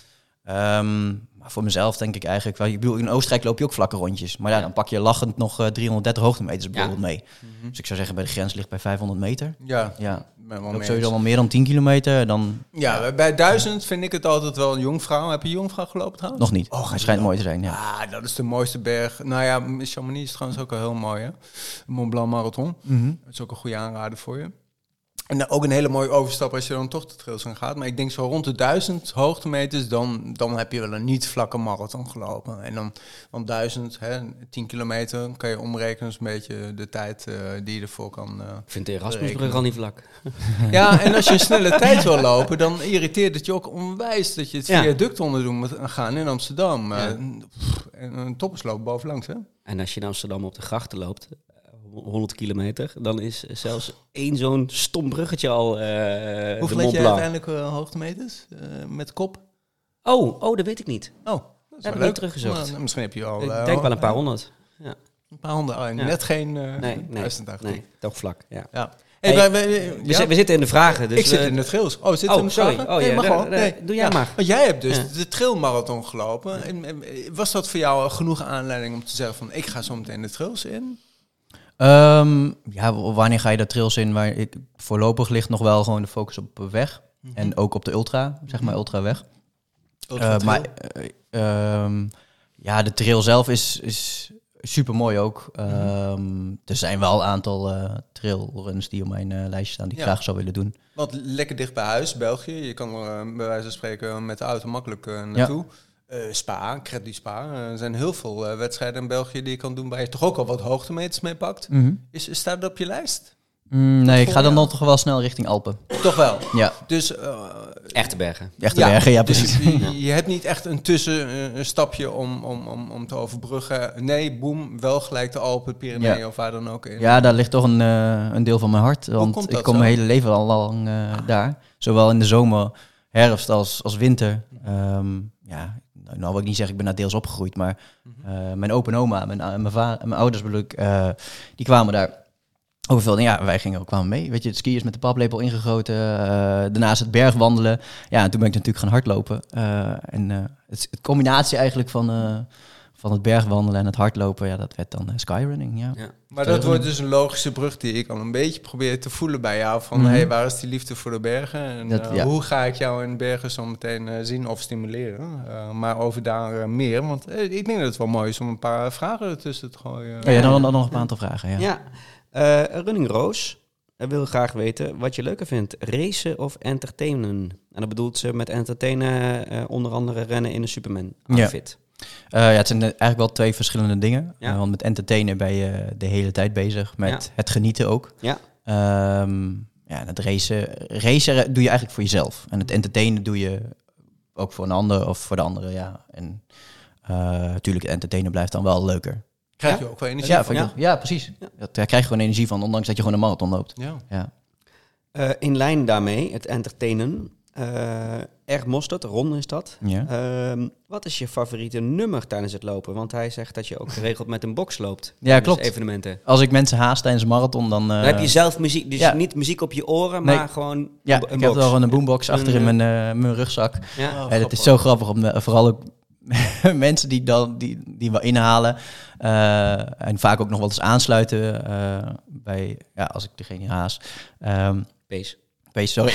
Maar voor mezelf denk ik eigenlijk wel... Ik bedoel, in Oostenrijk loop je ook vlakke rondjes. Maar ja, dan pak je lachend nog 330 hoogtemeters bijvoorbeeld mee. Dus ik zou zeggen, bij de grens ligt bij 500 meter. ja. Ja, Ben wel ook mee sowieso eens. al meer dan 10 kilometer. Dan Ja, bij 1000 vind ik het altijd wel een jongvrouw. Heb je jongvrouw gelopen trouwens? nog niet. Oh, Hij schijnt mooi te zijn, ja. Ah, dat is de mooiste berg. Nou ja, Chamonix is trouwens ook wel heel mooi, hè? Mont Blanc Marathon. Dat is ook een goede aanrader voor je. En ook een hele mooie overstap als je dan toch de trails aan gaat. Maar ik denk zo rond de 1000 hoogtemeters, dan heb je wel een niet vlakke marathon gelopen. En dan 1000, 10 kilometer, kan je omrekenen, dus een beetje de tijd die je ervoor kan. Ik vind de Erasmusbrug al niet vlak. Ja, en als je een snelle tijd wil lopen, dan irriteert het je ook onwijs dat je het Ja. viaduct onderdoen moet gaan in Amsterdam. Ja. En een toppersloop bovenlangs, hè? En als je in Amsterdam op de grachten loopt, 100 kilometer, dan is zelfs één zo'n stom bruggetje al Hoeveel de had Mont je Blanc. uiteindelijk hoogtemeters met kop? Oh, dat weet ik niet. Oh, is Heb wel ik niet leuk. teruggezocht. Nou, misschien heb je al... Ik denk wel een paar honderd. Een paar honderd. Oh, Ja. Net geen Nee, 1080. nee, toch vlak. Ja. Ja. Hey, Hey, We zitten in de vragen. Dus ik zit in de trails. Oh, zit in de sorry. vragen? Oh, Nee, ja, mag wel. doe jij maar. Want jij hebt dus Ja. de trailmarathon gelopen. En was dat voor jou genoeg aanleiding om te zeggen van... ik ga zo meteen de trails in? Wanneer ga je de trails in? Voorlopig ligt nog wel gewoon de focus op weg. En ook op de ultra, zeg maar ultraweg. Maar de trail zelf is super mooi ook. Er zijn wel een aantal trailruns die op mijn lijstje staan die ik graag zou willen doen. Want lekker dicht bij huis, België. Je kan er bij wijze van spreken met de auto makkelijk naartoe. Spa, Crête du Spa. Er zijn heel veel wedstrijden in België die je kan doen... waar je toch ook al wat hoogtemeters mee pakt. Staat dat op je lijst? Nee, ik ga dan nog toch wel snel richting Alpen. Toch wel? Ja. Dus... Echte bergen. Echte bergen, ja dus precies. je hebt niet echt een tussenstapje om te overbruggen. Nee, boem, wel gelijk de Alpen, Pyreneeën of waar dan ook in. Ja, daar ligt toch een deel van mijn hart. Want komt dat ik kom zo? mijn hele leven al lang daar. Zowel in de zomer, herfst als winter. Nou wil ik niet zeggen, ik ben daar deels opgegroeid. Maar mijn opa en oma, mijn ouders bedoel ik, die kwamen daar overveel. En ja, wij kwamen mee. Weet je, het skiën met de paplepel ingegoten. Daarnaast het bergwandelen. Ja, en toen ben ik natuurlijk gaan hardlopen. Het combinatie eigenlijk van het bergwandelen en het hardlopen, ja, dat werd dan skyrunning. Ja. Maar dat wordt dus een logische brug die ik al een beetje probeer te voelen bij jou. Van, hey, waar is die liefde voor de bergen? En hoe ga ik jou in de bergen zo meteen zien of stimuleren? Maar over daar meer. Want ik denk dat het wel mooi is om een paar vragen ertussen te gooien. Dan nog een aantal vragen, ja. Running Roos wil graag weten wat je leuker vindt. Racen of entertainen? En dat bedoelt ze met entertainen onder andere rennen in een Superman outfit. Het zijn eigenlijk wel twee verschillende dingen. Ja. Want met entertainen ben je de hele tijd bezig. Met het genieten ook. Ja. Het racen doe je eigenlijk voor jezelf. En het entertainen doe je ook voor een ander of voor de andere. Ja. En natuurlijk, het entertainen blijft dan wel leuker. Krijg je ook wel energie van? Ja, precies. Ja. Daar krijg je gewoon energie van, ondanks dat je gewoon een marathon loopt. Ja. In lijn daarmee, het entertainen. Erg Mosterd, Ron is dat. Ja. Wat is je favoriete nummer tijdens het lopen? Want hij zegt dat je ook geregeld met een box loopt. Ja, klopt. Evenementen. Als ik mensen haast tijdens een marathon, dan heb je zelf muziek, dus niet muziek op je oren, maar gewoon ja, een ik box. heb wel een boombox achter in mijn rugzak. Ja. Het is zo grappig om vooral ook mensen die wel inhalen en vaak ook nog wel eens aansluiten bij, als ik degene haast. Pace, sorry.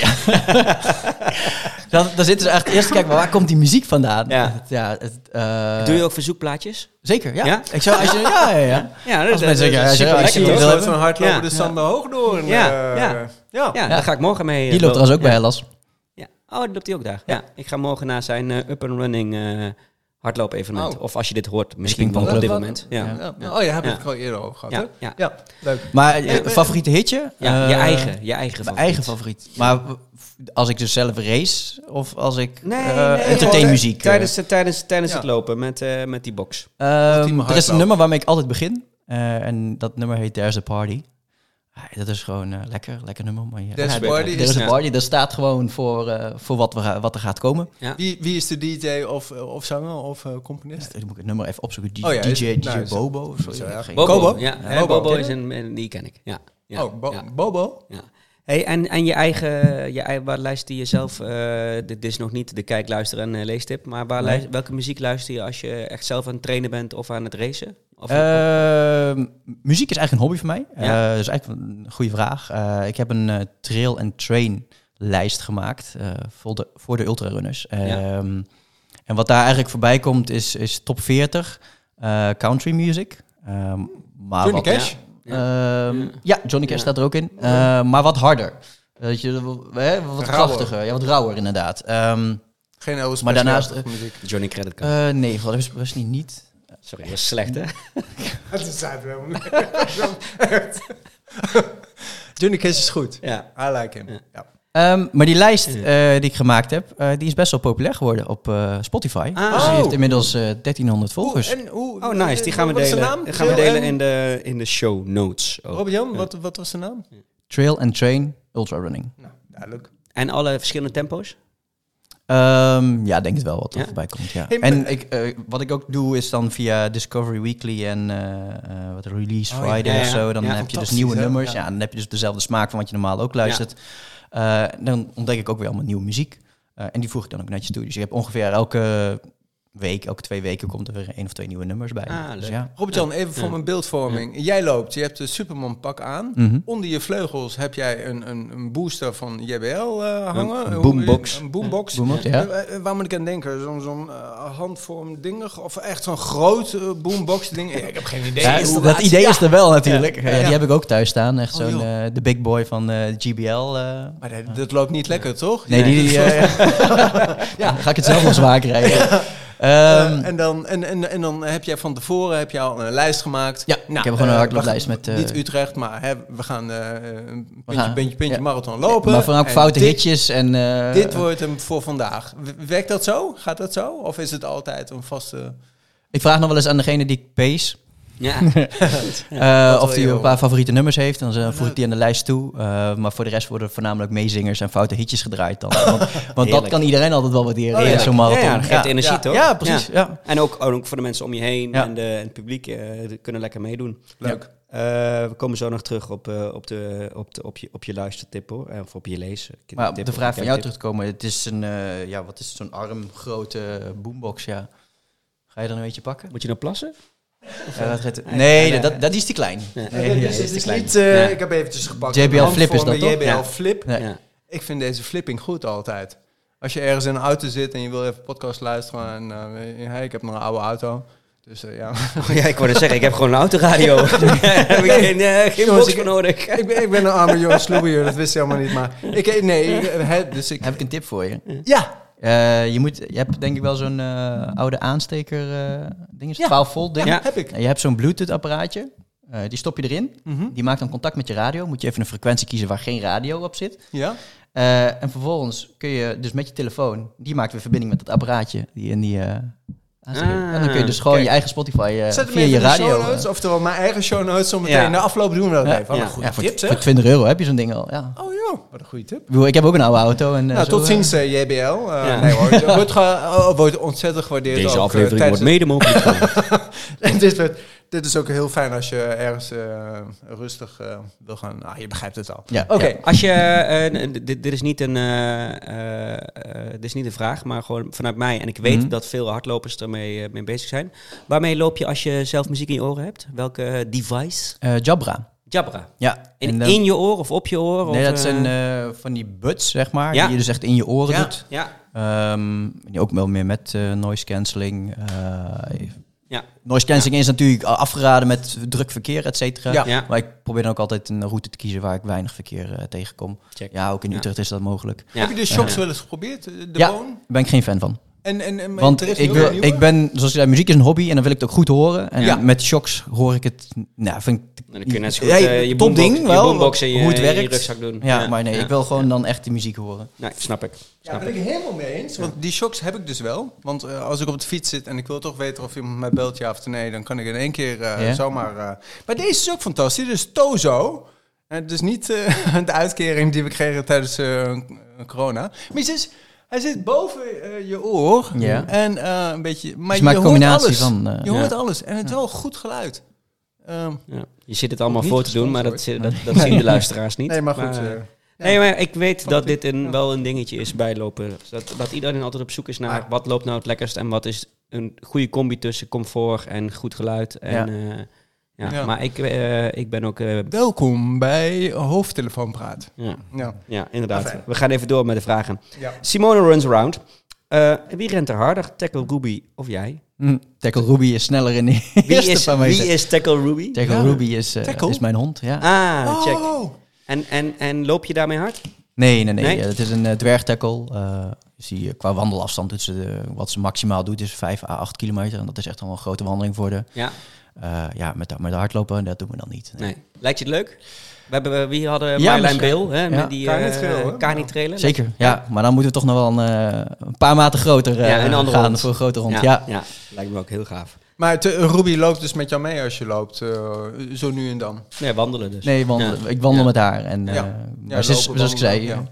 Dan zitten ze echt eerst te kijken, maar waar komt die muziek vandaan? Ja. Doe je ook verzoekplaatjes? Zeker, ja. Ja? Ik zou, Ja, als mensen zeggen, Ik zie je een soort van hardlopen de Sander Hoogdoorn. Ja, daar ga ik morgen mee. Die loopt trouwens ook bij Hellas. Ja. Oh, die loopt hij ook daar. Ja. Ik ga morgen naar zijn up-and-running hardloop-evenement. Of als je dit hoort, misschien wel op dit moment. Ja. Oh, je hebt het al eerder over gehad, hè? Ja, leuk. Maar favoriete hitje? Ja, je eigen favoriet. Eigen favoriet. Maar als ik dus zelf race of als ik nee, entertainmuziek... Tijdens het lopen met die box. Er is een nummer waarmee ik altijd begin. En dat nummer heet There's a Party. Dat is gewoon lekker nummer. There's a Party. Dat staat gewoon voor wat er gaat komen. Ja. Wie is de DJ of zanger of componist? Dan moet ik het nummer even opzoeken. DJ Bobo of zo. Bobo? Ja, Bobo is die ken ik. Ja. Bobo? Ja. Hey, en je eigen, waar luister je zelf? Dit is nog niet de kijk, luister en leestip. Maar welke muziek luister je als je echt zelf aan het trainen bent of aan het racen? Muziek is eigenlijk een hobby voor mij. Dat is eigenlijk een goede vraag. Ik heb een trail and train lijst gemaakt voor de ultrarunners. En wat daar eigenlijk voorbij komt is top 40 country music. Johnny Cash? Johnny Cash staat er ook in. Maar wat harder. Weet je, wat krachtiger. Ja, wat rauwer inderdaad. Geen Elvis maar daarnaast muziek. Johnny Credit Card. Nee, dat was niet. Sorry, dat is slecht, hè? Het is Johnny Cash is goed. Ja. I like him. Ja. Maar die lijst die ik gemaakt heb, die is best wel populair geworden op Spotify. Dus die heeft inmiddels 1300 volgers. Nice. Die gaan we delen. Die gaan we delen in de show notes. Robert-Jan, wat was de naam? Trail and Train Ultra Running. Nou, duidelijk. En alle verschillende tempo's? Ja, denk het wel wat er voorbij komt. Ja. Hey, en wat ik ook doe is dan via Discovery Weekly en wat Release Friday of zo. Dan heb je dus nieuwe nummers. Ja, dan heb je dus dezelfde smaak van wat je normaal ook luistert. Dan ontdek ik ook weer allemaal nieuwe muziek. En die voeg ik dan ook netjes toe. Dus je hebt ongeveer elke 2 weken komt er weer 1 of 2 nieuwe nummers bij. Dus Robert-Jan, even voor mijn beeldvorming. Jij loopt, je hebt de Superman pak aan. Onder je vleugels heb jij een booster van JBL hangen. Een boombox. Een boombox. Waar moet ik aan denken? Zo'n handvorm dingig? Of echt zo'n groot boombox ding? Ik heb geen idee. Ja, dat idee is er wel natuurlijk. Ja, die heb ik ook thuis staan. Echt zo'n de big boy van GBL. Maar dat loopt niet lekker, toch? Nee, ga ik het zelf nog zwaar krijgen. En dan heb jij van tevoren al een lijst gemaakt. Ja, ik heb gewoon een hardlooplijst met... niet Utrecht, maar we gaan een puntje marathon lopen. Maar vooral ook foute hitjes. Dit wordt hem voor vandaag. Werkt dat zo? Gaat dat zo? Of is het altijd een vaste... Ik vraag nog wel eens aan degene die ik pace... of die een paar favoriete nummers heeft. Dan voeg ik die aan de lijst toe. Maar voor de rest worden voornamelijk meezingers en foute hitjes gedraaid dan. Want dat kan iedereen altijd wel waarderen. Zo'n marathon. Ja, dat geeft energie, toch? Ja, precies. Ja. En ook voor de mensen om je heen en het publiek kunnen lekker meedoen. Leuk. We komen zo nog terug op je luistertip, hoor. Of op je lezen. Maar op de vraag van jou terug te komen. Het is wat is het, zo'n armgrote boombox, ja. Ga je er een beetje pakken? Moet je nou plassen? Nee, dat is te klein. Ik heb eventjes gepakt. JBL Flip is dat toch? JBL Flip. Ja. Ik vind deze flipping goed altijd. Als je ergens in een auto zit en je wil even podcast luisteren. En ik heb nog een oude auto. Dus ik wou zeggen, ik heb gewoon een autoradio. Heb ik geen box voor nodig. Ik ben een arme jongen sloebier, dat wist je helemaal niet. Maar heb ik een tip voor je. Ja. Je hebt denk ik wel zo'n oude aansteker ding, 12 volt ding. Ja, heb ik. Je hebt zo'n Bluetooth apparaatje. Die stop je erin. Die maakt dan contact met je radio. Moet je even een frequentie kiezen waar geen radio op zit. Ja. En vervolgens kun je dus met je telefoon, die maakt weer verbinding met dat apparaatje die in die en dan kun je dus gewoon je eigen Spotify via je radio. Show notes, oftewel mijn eigen show notes. Zometeen na afloop doen we dat even. Een goede tip, voor 20 euro heb je zo'n ding al. Ja. Oh joh, wat een goede tip. Ik heb ook een oude auto. En, tot ziens JBL. Nee hoor, wordt ontzettend gewaardeerd. Deze aflevering wordt mede mogelijk gemaakt. Dit is ook heel fijn als je ergens rustig wil gaan. Je begrijpt het al. Ja. Oké. Als je, dit is niet een vraag, maar gewoon vanuit mij. En ik weet dat veel hardlopers ermee bezig zijn. Waarmee loop je als je zelf muziek in je oren hebt? Welke device? Jabra. Jabra. Ja. In je oor of op je oor? Nee, dat zijn van die buds, zeg maar. Die je dus echt in je oren doet. Ja. Ook wel meer met noise cancelling. Noise cancelling is natuurlijk afgeraden met druk verkeer, et cetera. Ja. Maar ik probeer dan ook altijd een route te kiezen waar ik weinig verkeer tegenkom. Check. Ja, ook in Utrecht is dat mogelijk. Ja. Heb je de shocks wel eens geprobeerd? Daar ben ik geen fan van. Want ik ben, zoals je zei, muziek is een hobby en dan wil ik het ook goed horen. En met shocks hoor ik het, vind ik... Dan kun je net zo goed je boombox in hoe het werkt. Je rugzak doen. Ja, maar nee, ik wil gewoon dan echt die muziek horen. Nee, snap ik. Daar ben ik helemaal mee eens. Want die shocks heb ik dus wel. Want als ik op de fiets zit en ik wil toch weten of iemand mij belt ja of nee, dan kan ik in één keer zomaar... Maar deze is ook fantastisch. Dit is Tozo. Dus niet de uitkering die we kregen tijdens corona. Maar hij zit boven je oor. Ja. En een beetje... Maar je hoort alles. Je hoort alles. En het is wel goed geluid. Je zit het allemaal voor te doen, maar dat zien de luisteraars niet. Nee, maar goed. Nee, maar ik weet dat dit wel een dingetje is bij lopen. Dat iedereen altijd op zoek is naar wat loopt nou het lekkerst en wat is een goede combi tussen comfort en goed geluid. En, maar ik ben ook... Welkom bij Hoofdtelefoonpraat. Ja, inderdaad. We gaan even door met de vragen. Ja. Simone runs around. Wie rent er harder? Tackle Ruby of jij? Tackle Ruby is sneller in de eerste van mij. Wie is Tackle Ruby? Tackle Ruby is mijn hond, ja. Check. En loop je daarmee hard? Nee. Het is een dwergtackle. Qua wandelafstand, wat ze maximaal doet, is 5 à 8 kilometer. En dat is echt wel een grote wandeling voor de... Ja. Met de hardlopen, dat doen we dan niet. Nee. Lijkt je het leuk? Wie hadden Marjolein Beel met die Kani-trailer? Zeker, maar dan moeten we toch nog wel een paar maten groter gaan voor een grote hond. Ja, lijkt me ook heel gaaf. Maar Ruby loopt dus met jou mee als je loopt, zo nu en dan? Nee, wandelen dus. Nee, wandelen. Ik wandel met haar. En, maar zoals ik zei,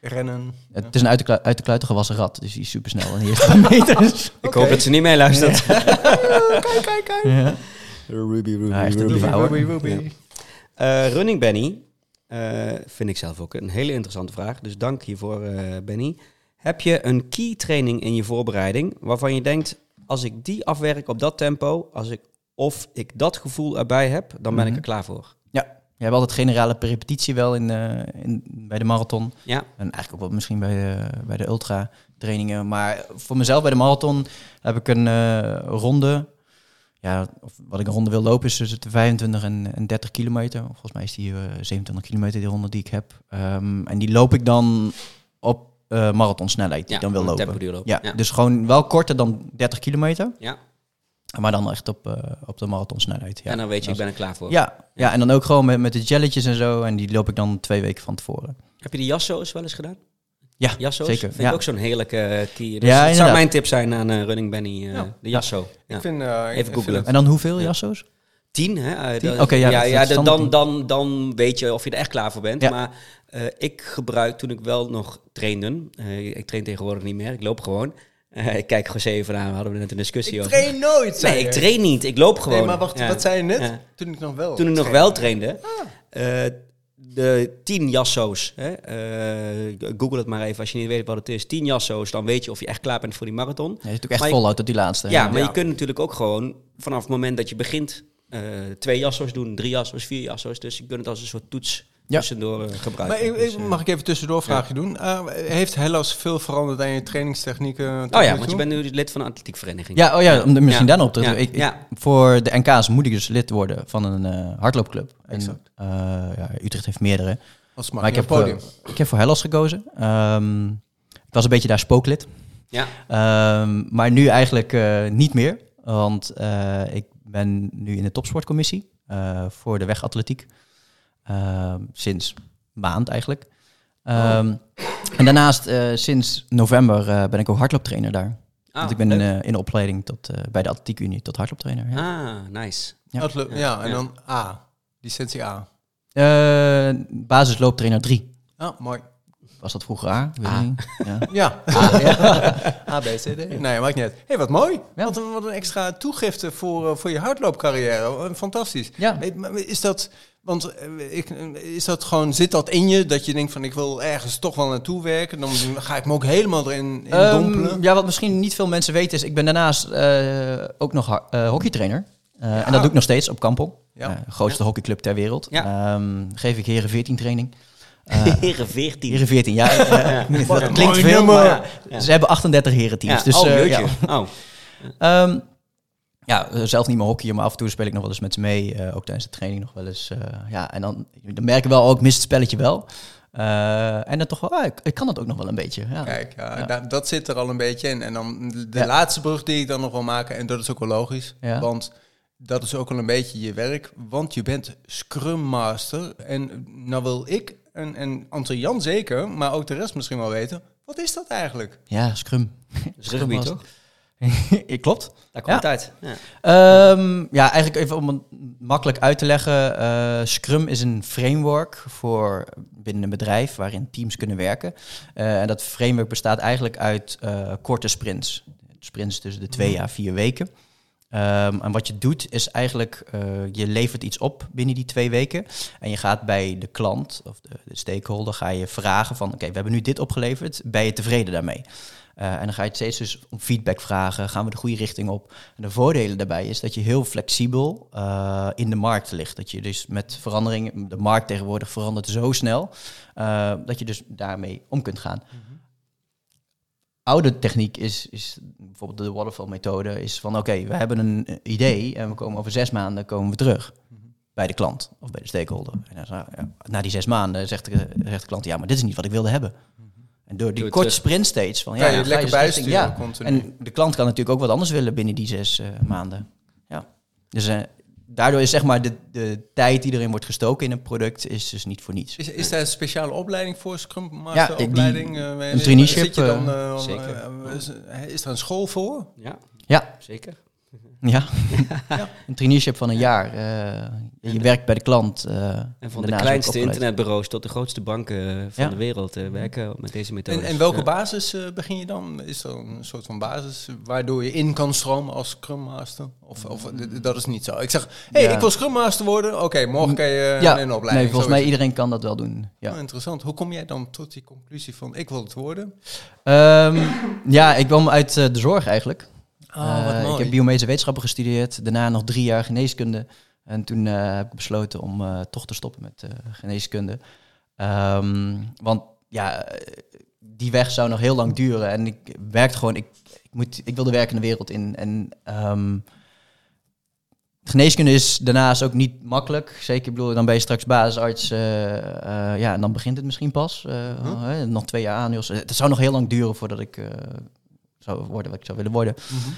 rennen. Het is een uit de kluiten gewassen rat, dus die is supersnel in de eerste meters. Ik hoop dat ze niet meeluistert. Kijk. Ja. Ruby. Hij is de lieve ouwe. Ruby. Running Benny, vind ik zelf ook een hele interessante vraag. Dus dank hiervoor, Benny. Heb je een key training in je voorbereiding waarvan je denkt, als ik die afwerk op dat tempo, of ik dat gevoel erbij heb, dan ben ik er klaar voor? Ja, je hebt altijd generale repetitie wel bij de marathon. Ja. En eigenlijk ook wel misschien bij de ultra trainingen. Maar voor mezelf bij de marathon heb ik een ronde. Ja, of wat ik een ronde wil lopen is tussen de 25 en 30 kilometer. Volgens mij is die 27 kilometer die ronde die ik heb. En die loop ik dan op marathonsnelheid die ik dan wil lopen. Ja, dus gewoon wel korter dan 30 kilometer. Ja. Maar dan echt op de marathonsnelheid. Ja. En dan weet je, ik ben er klaar voor. Ja, en dan ook gewoon met de jelletjes en zo. En die loop ik dan 2 weken van tevoren. Heb je die jasso's wel eens gedaan? Ja, jasso's? zeker. Vind ik ook zo'n heerlijke key. Dus ja, het zou mijn tip zijn aan Running Benny, de jasso. Ja. Ik vind, even googlen. En dan hoeveel jasso's? 10, hè? 10? Oké, Dan weet je of je er echt klaar voor bent. Ja. Maar ik gebruik, toen ik wel nog trainde, ik train tegenwoordig niet meer, ik loop gewoon. Ik kijk José even aan, we hadden net een discussie over. Ik train nooit, Nee, ik train niet, ik loop gewoon. Nee, maar wacht, wat zei je net? Ja. Toen ik nog wel Toen ik nog wel trainde. De 10 jasso's. Google het maar even als je niet weet wat het is. 10 jasso's, dan weet je of je echt klaar bent voor die marathon. Ja, je zit ook echt voluit tot die laatste. Ja, maar je kunt natuurlijk ook gewoon vanaf het moment dat je begint 2 jasso's doen, 3 jasso's, 4 jasso's. Dus je kunt het als een soort toets tussendoor gebruiken. Maar mag ik even tussendoor een vraagje doen? Heeft Hellas veel veranderd aan je trainingstechnieken? Want je bent nu lid van een atletiekvereniging. Om misschien daar nog op te voor de NK's moet ik dus lid worden van een hardloopclub. Exact. Utrecht heeft meerdere. Maar ik heb voor Hellas gekozen. Ik was een beetje daar spooklid. Ja. Maar nu eigenlijk niet meer. Want ik ben nu in de topsportcommissie voor de wegatletiek. Sinds maand eigenlijk. En daarnaast sinds november ben ik ook hardlooptrainer daar. Want ik ben in de opleiding bij de Atletiek Unie tot hardlooptrainer. Ja. Nice. En dan licentie A. Basislooptrainer 3. Mooi. Was dat vroeger A? Weet ik niet. Ja. A, B, C, D. Nee, maakt niet uit. Hey, wat mooi. Ja. Wat een extra toegifte voor je hardloopcarrière. Fantastisch. Ja. Is dat... Want zit dat in je, dat je denkt van ik wil ergens toch wel naartoe werken, dan ga ik me ook helemaal erin dompelen? Ja, wat misschien niet veel mensen weten is, ik ben daarnaast ook nog hockeytrainer. En dat doe ik nog steeds op Kampong. Ja. Grootste hockeyclub ter wereld. Ja. Geef ik Heren 14 training. Heren 14? Heren 14, ja. Dat klinkt veel, maar ze hebben 38 herenteams. Ja. Dus, zelf niet meer hockeyen, maar af en toe speel ik nog wel eens met ze mee. Ook tijdens de training nog wel eens. En dan merk ik wel, ik mis het spelletje wel. En dan toch wel, ik kan dat ook nog wel een beetje. Ja. Kijk, dat zit er al een beetje in. En dan de laatste brug die ik dan nog wil maken, en dat is ook wel logisch. Ja. Want dat is ook al een beetje je werk. Want je bent Scrum Master. En nou wil ik, en Anton Jan zeker, maar ook de rest misschien wel weten, wat is dat eigenlijk? Ja, Scrum. Scrum toch? Klopt. Daar komt het uit. Ja. Eigenlijk even om het makkelijk uit te leggen. Scrum is een framework voor binnen een bedrijf waarin teams kunnen werken. En dat framework bestaat eigenlijk uit korte sprints. Sprints tussen de 2 à 4 weken. En wat je doet is eigenlijk, je levert iets op binnen die 2 weken. En je gaat bij de klant of de stakeholder ga je vragen van oké, we hebben nu dit opgeleverd. Ben je tevreden daarmee? En dan ga je het steeds dus om feedback vragen. Gaan we de goede richting op? En de voordelen daarbij is dat je heel flexibel in de markt ligt. Dat je dus met veranderingen, de markt tegenwoordig verandert zo snel, dat je dus daarmee om kunt gaan. Mm-hmm. Oude techniek is bijvoorbeeld de waterfall methode, is van oké, we hebben een idee en we komen over 6 maanden komen we terug. Bij de klant of bij de stakeholder. En dan, na die 6 maanden zegt de klant, ja, maar dit is niet wat ik wilde hebben. En door die korte sprint steeds van je lekker bijsturen. Ja. En de klant kan natuurlijk ook wat anders willen binnen die 6 maanden. Ja. Dus daardoor is zeg maar de tijd die erin wordt gestoken in een product is dus niet voor niets. Is daar een speciale opleiding voor, Scrum Master opleiding? Een traineeship. Zeker. Is er een school voor? Ja. Zeker. Ja, een traineeship van een jaar. Je werkt bij de klant. En van de kleinste internetbureaus tot de grootste banken van de wereld werken met deze methode. En welke basis begin je dan? Is er een soort van basis waardoor je in kan stromen als Scrum Master? Of dat is niet zo. Ik zeg, ik wil Scrum Master worden. Oké, morgen kan je een opleiding. Nee, volgens mij iedereen kan dat wel doen. Ja. Oh, interessant. Hoe kom jij dan tot die conclusie van ik wil het worden? Ik kwam uit de zorg eigenlijk. Wat mooi. Ik heb biomedische wetenschappen gestudeerd. Daarna nog 3 jaar geneeskunde. En toen heb ik besloten om toch te stoppen met geneeskunde. Want die weg zou nog heel lang duren. En ik werkte gewoon... Ik wilde werken in de wereld in. En geneeskunde is daarnaast ook niet makkelijk. Zeker, ik bedoel, dan ben je straks basisarts. En dan begint het misschien pas. Nog 2 jaar aan. Het zou nog heel lang duren voordat ik... zou worden wat ik zou willen worden.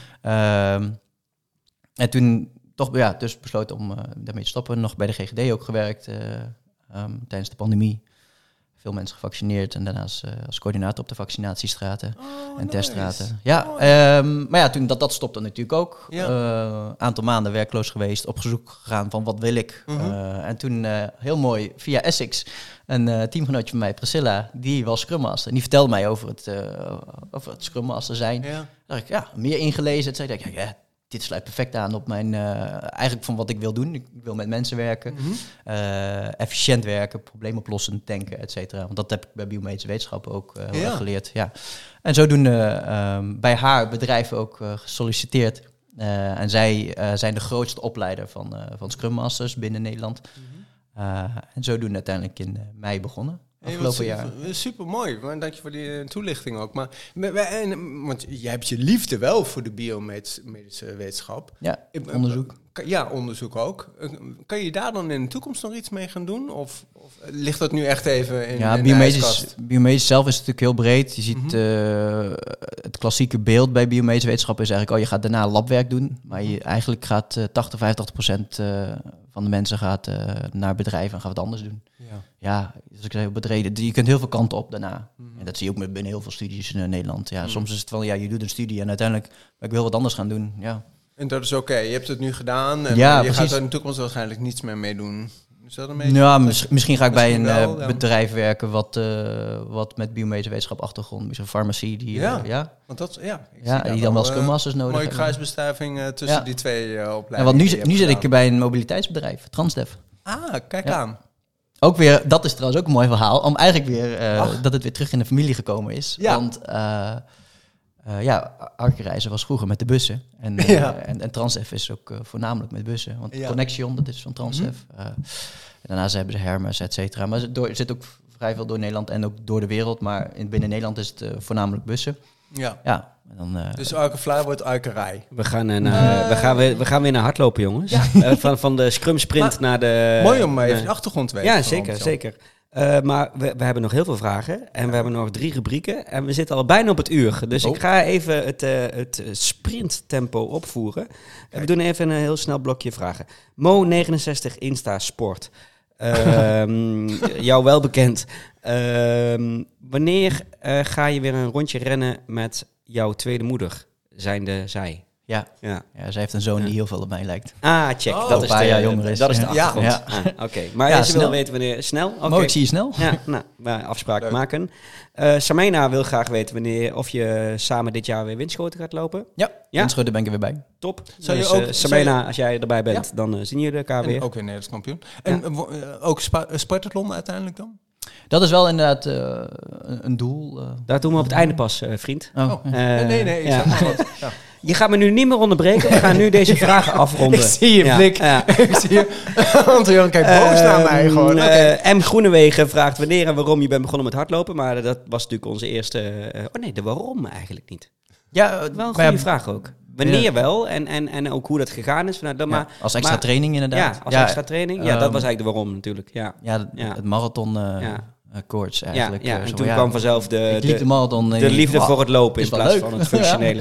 En toen toch dus besloten om daarmee te stoppen. Nog bij de GGD ook gewerkt tijdens de pandemie. Veel mensen gevaccineerd en daarnaast als coördinator op de vaccinatiestraten en teststraten. Ja, maar toen dat stopte natuurlijk ook. Aantal maanden werkloos geweest, op zoek gegaan van wat wil ik. En toen heel mooi via Essex een teamgenootje van mij, Priscilla, die was Scrum Master. En die vertelde mij over het Scrum Master zijn. Ja. Daar dacht ik, meer ingelezen. Toen dacht ik, dit sluit perfect aan op mijn, eigenlijk van wat ik wil doen. Ik wil met mensen werken, efficiënt werken, probleemoplossend denken, et cetera. Want dat heb ik bij biomedische wetenschappen ook heel erg geleerd. Ja. En zodoende bij haar bedrijf ook gesolliciteerd. En zij zijn de grootste opleider van Scrum Masters binnen Nederland. En zodoende uiteindelijk in mei begonnen. Afgelopen jaar. Super mooi, dank je voor die toelichting ook. Maar want jij hebt je liefde wel voor de biomedische wetenschap. Ja, onderzoek. Onderzoek ook. Kan je daar dan in de toekomst nog iets mee gaan doen? Of ligt dat nu echt even in biomedisch zelf is natuurlijk heel breed. Je ziet het klassieke beeld bij biomedische wetenschap is eigenlijk... je gaat daarna labwerk doen. Maar je eigenlijk gaat 85% van de mensen gaat naar bedrijven en gaat wat anders doen. Ja, dus ik zeg bedrijven, je kunt heel veel kanten op daarna. En dat zie je ook binnen heel veel studies in Nederland. Ja, soms is het van, je doet een studie en uiteindelijk ik wil wat anders gaan doen. Ja. En dat is oké. Je hebt het nu gedaan en je gaat er in de toekomst waarschijnlijk niets meer mee doen. Is dat een beetje? Ja, misschien ga ik bij een bedrijf werken wat met biomedische wetenschap achtergrond, misschien farmacie die want dat die dan wel Scrum Masters nodig mooie hebben. Kruisbestuiving tussen die twee opleidingen. Want nu zit ik bij een mobiliteitsbedrijf, Transdev. Kijk aan. Ook weer, dat is trouwens ook een mooi verhaal, om eigenlijk weer dat het weer terug in de familie gekomen is. Ja. Want Arkenreizen was vroeger met de bussen. En Transdev is ook voornamelijk met bussen. Want Connexion, dat is van Transdev. En daarna hebben ze Hermes, et cetera. Maar het zit ook vrij veel door Nederland en ook door de wereld. Maar binnen Nederland is het voornamelijk bussen. Ja. Dan, dus Arkefly wordt Arkerij. We gaan weer naar hardlopen, jongens. Van de scrum sprint naar de... Mooi om even de achtergrond te weten. Ja, zeker. Maar we hebben nog heel veel vragen. En we hebben nog 3 rubrieken. En we zitten al bijna op het uur. Dus ik ga even het sprinttempo opvoeren. We doen even een heel snel blokje vragen. Mo69 Insta Sport. Jou wel bekend. Wanneer ga je weer een rondje rennen met jouw tweede moeder, zijnde zij? Ja, zij heeft een zoon die heel veel op mij lijkt. Check. Dat is een paar jaar jonger is. Dat is de achtergrond. Ja. Oké. Maar ze wil weten wanneer... Snel? Okay. Ik zie je snel. Ja, afspraak maken. Samena wil graag weten of je samen dit jaar weer Winschoten gaat lopen. Ja? Winschoten ben ik er weer bij. Top. Samena, als jij erbij bent, dan zien jullie elkaar weer. Ook weer Nederlands kampioen. En ook Spartathlon uiteindelijk dan? Dat is wel inderdaad een doel. Dat doen we op het einde pas, vriend. Nee. Ik zeg maar wat. Ja. Je gaat me nu niet meer onderbreken. We gaan nu deze vragen afronden. Ik zie je blik. Ik zie je. Anton kijkt boos naar mij gewoon. M. Groenewegen vraagt wanneer en waarom je bent begonnen met hardlopen. Maar dat was natuurlijk onze eerste... de waarom eigenlijk niet. Ja, wel een goede vraag ook. Wanneer wel en ook hoe dat gegaan is. Als extra training inderdaad. Ja, als extra training. Ja, dat was eigenlijk de waarom natuurlijk. Het marathon... koorts eigenlijk. En toen kwam vanzelf de liefde voor het lopen in plaats van het functionele.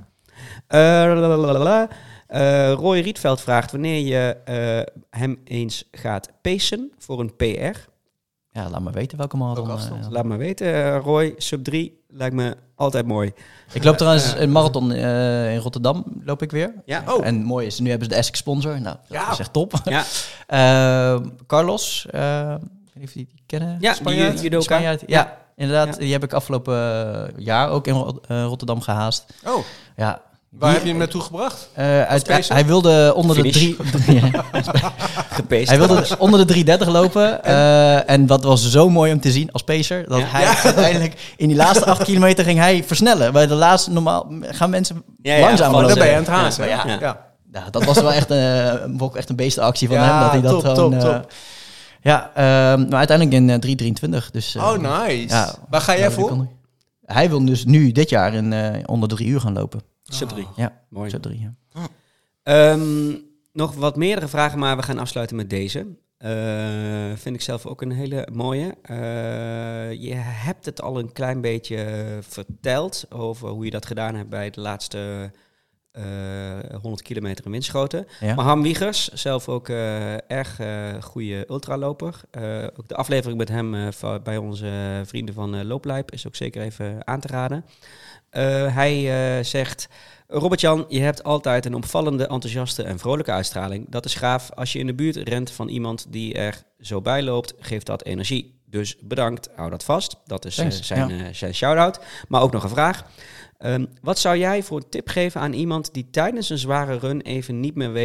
Roy Rietveld vraagt wanneer je hem eens gaat pacen voor een PR. laat me weten welke marathon. Laat me weten, Roy, sub 3 lijkt me altijd mooi. Ik loop trouwens een marathon in Rotterdam, loop ik weer. Ja. En mooi is, nu hebben ze de Essex sponsor. Nou, dat is echt top. Ja. Carlos, ik weet niet of die kennen. Ja, Spanjaard. judoka. Spanjaard. Ja, inderdaad. Ja. Die heb ik afgelopen jaar ook in Rotterdam gehaast. Oh, Ja. waar heb je hem naartoe gebracht? Hij wilde onder de Finish. 3... Gepeest. Hij wilde onder de 3:30 lopen. En dat was zo mooi om te zien als pacer. Dat hij uiteindelijk in die laatste 8 kilometer ging hij versnellen. Bij de laatste normaal gaan mensen langzaam Dan lopen. ben je aan het haasten. Ja. Ja. Ja, dat was wel echt een beestenactie van hem. Dat hij dat top, gewoon... top. maar uiteindelijk in 3:23. Dus, Oh, nice. ja. Waar ga jij voor? Hij wil dus nu dit jaar onder 3 uur gaan lopen. Sub 3. Ja, Mooi. sub 3, ja. Nog wat meerdere vragen, maar we gaan afsluiten met deze. Vind ik zelf ook een hele mooie. Je hebt het al een klein beetje verteld over hoe je dat gedaan hebt bij de laatste 100 kilometer in Winschoten. Ja. Maar Harm Wiegers, zelf ook erg goede ultraloper. Ook de aflevering met hem bij onze vrienden van Looplijp is ook zeker even aan te raden. Hij zegt... Robert-Jan, je hebt altijd een opvallende, enthousiaste en vrolijke uitstraling. Dat is gaaf. Als je in de buurt rent van iemand die er zo bij loopt, geeft dat energie. Dus bedankt, hou dat vast. Dat is zijn shout-out. Maar ook nog een vraag. Wat zou jij voor een tip geven aan iemand die tijdens een zware run even niet meer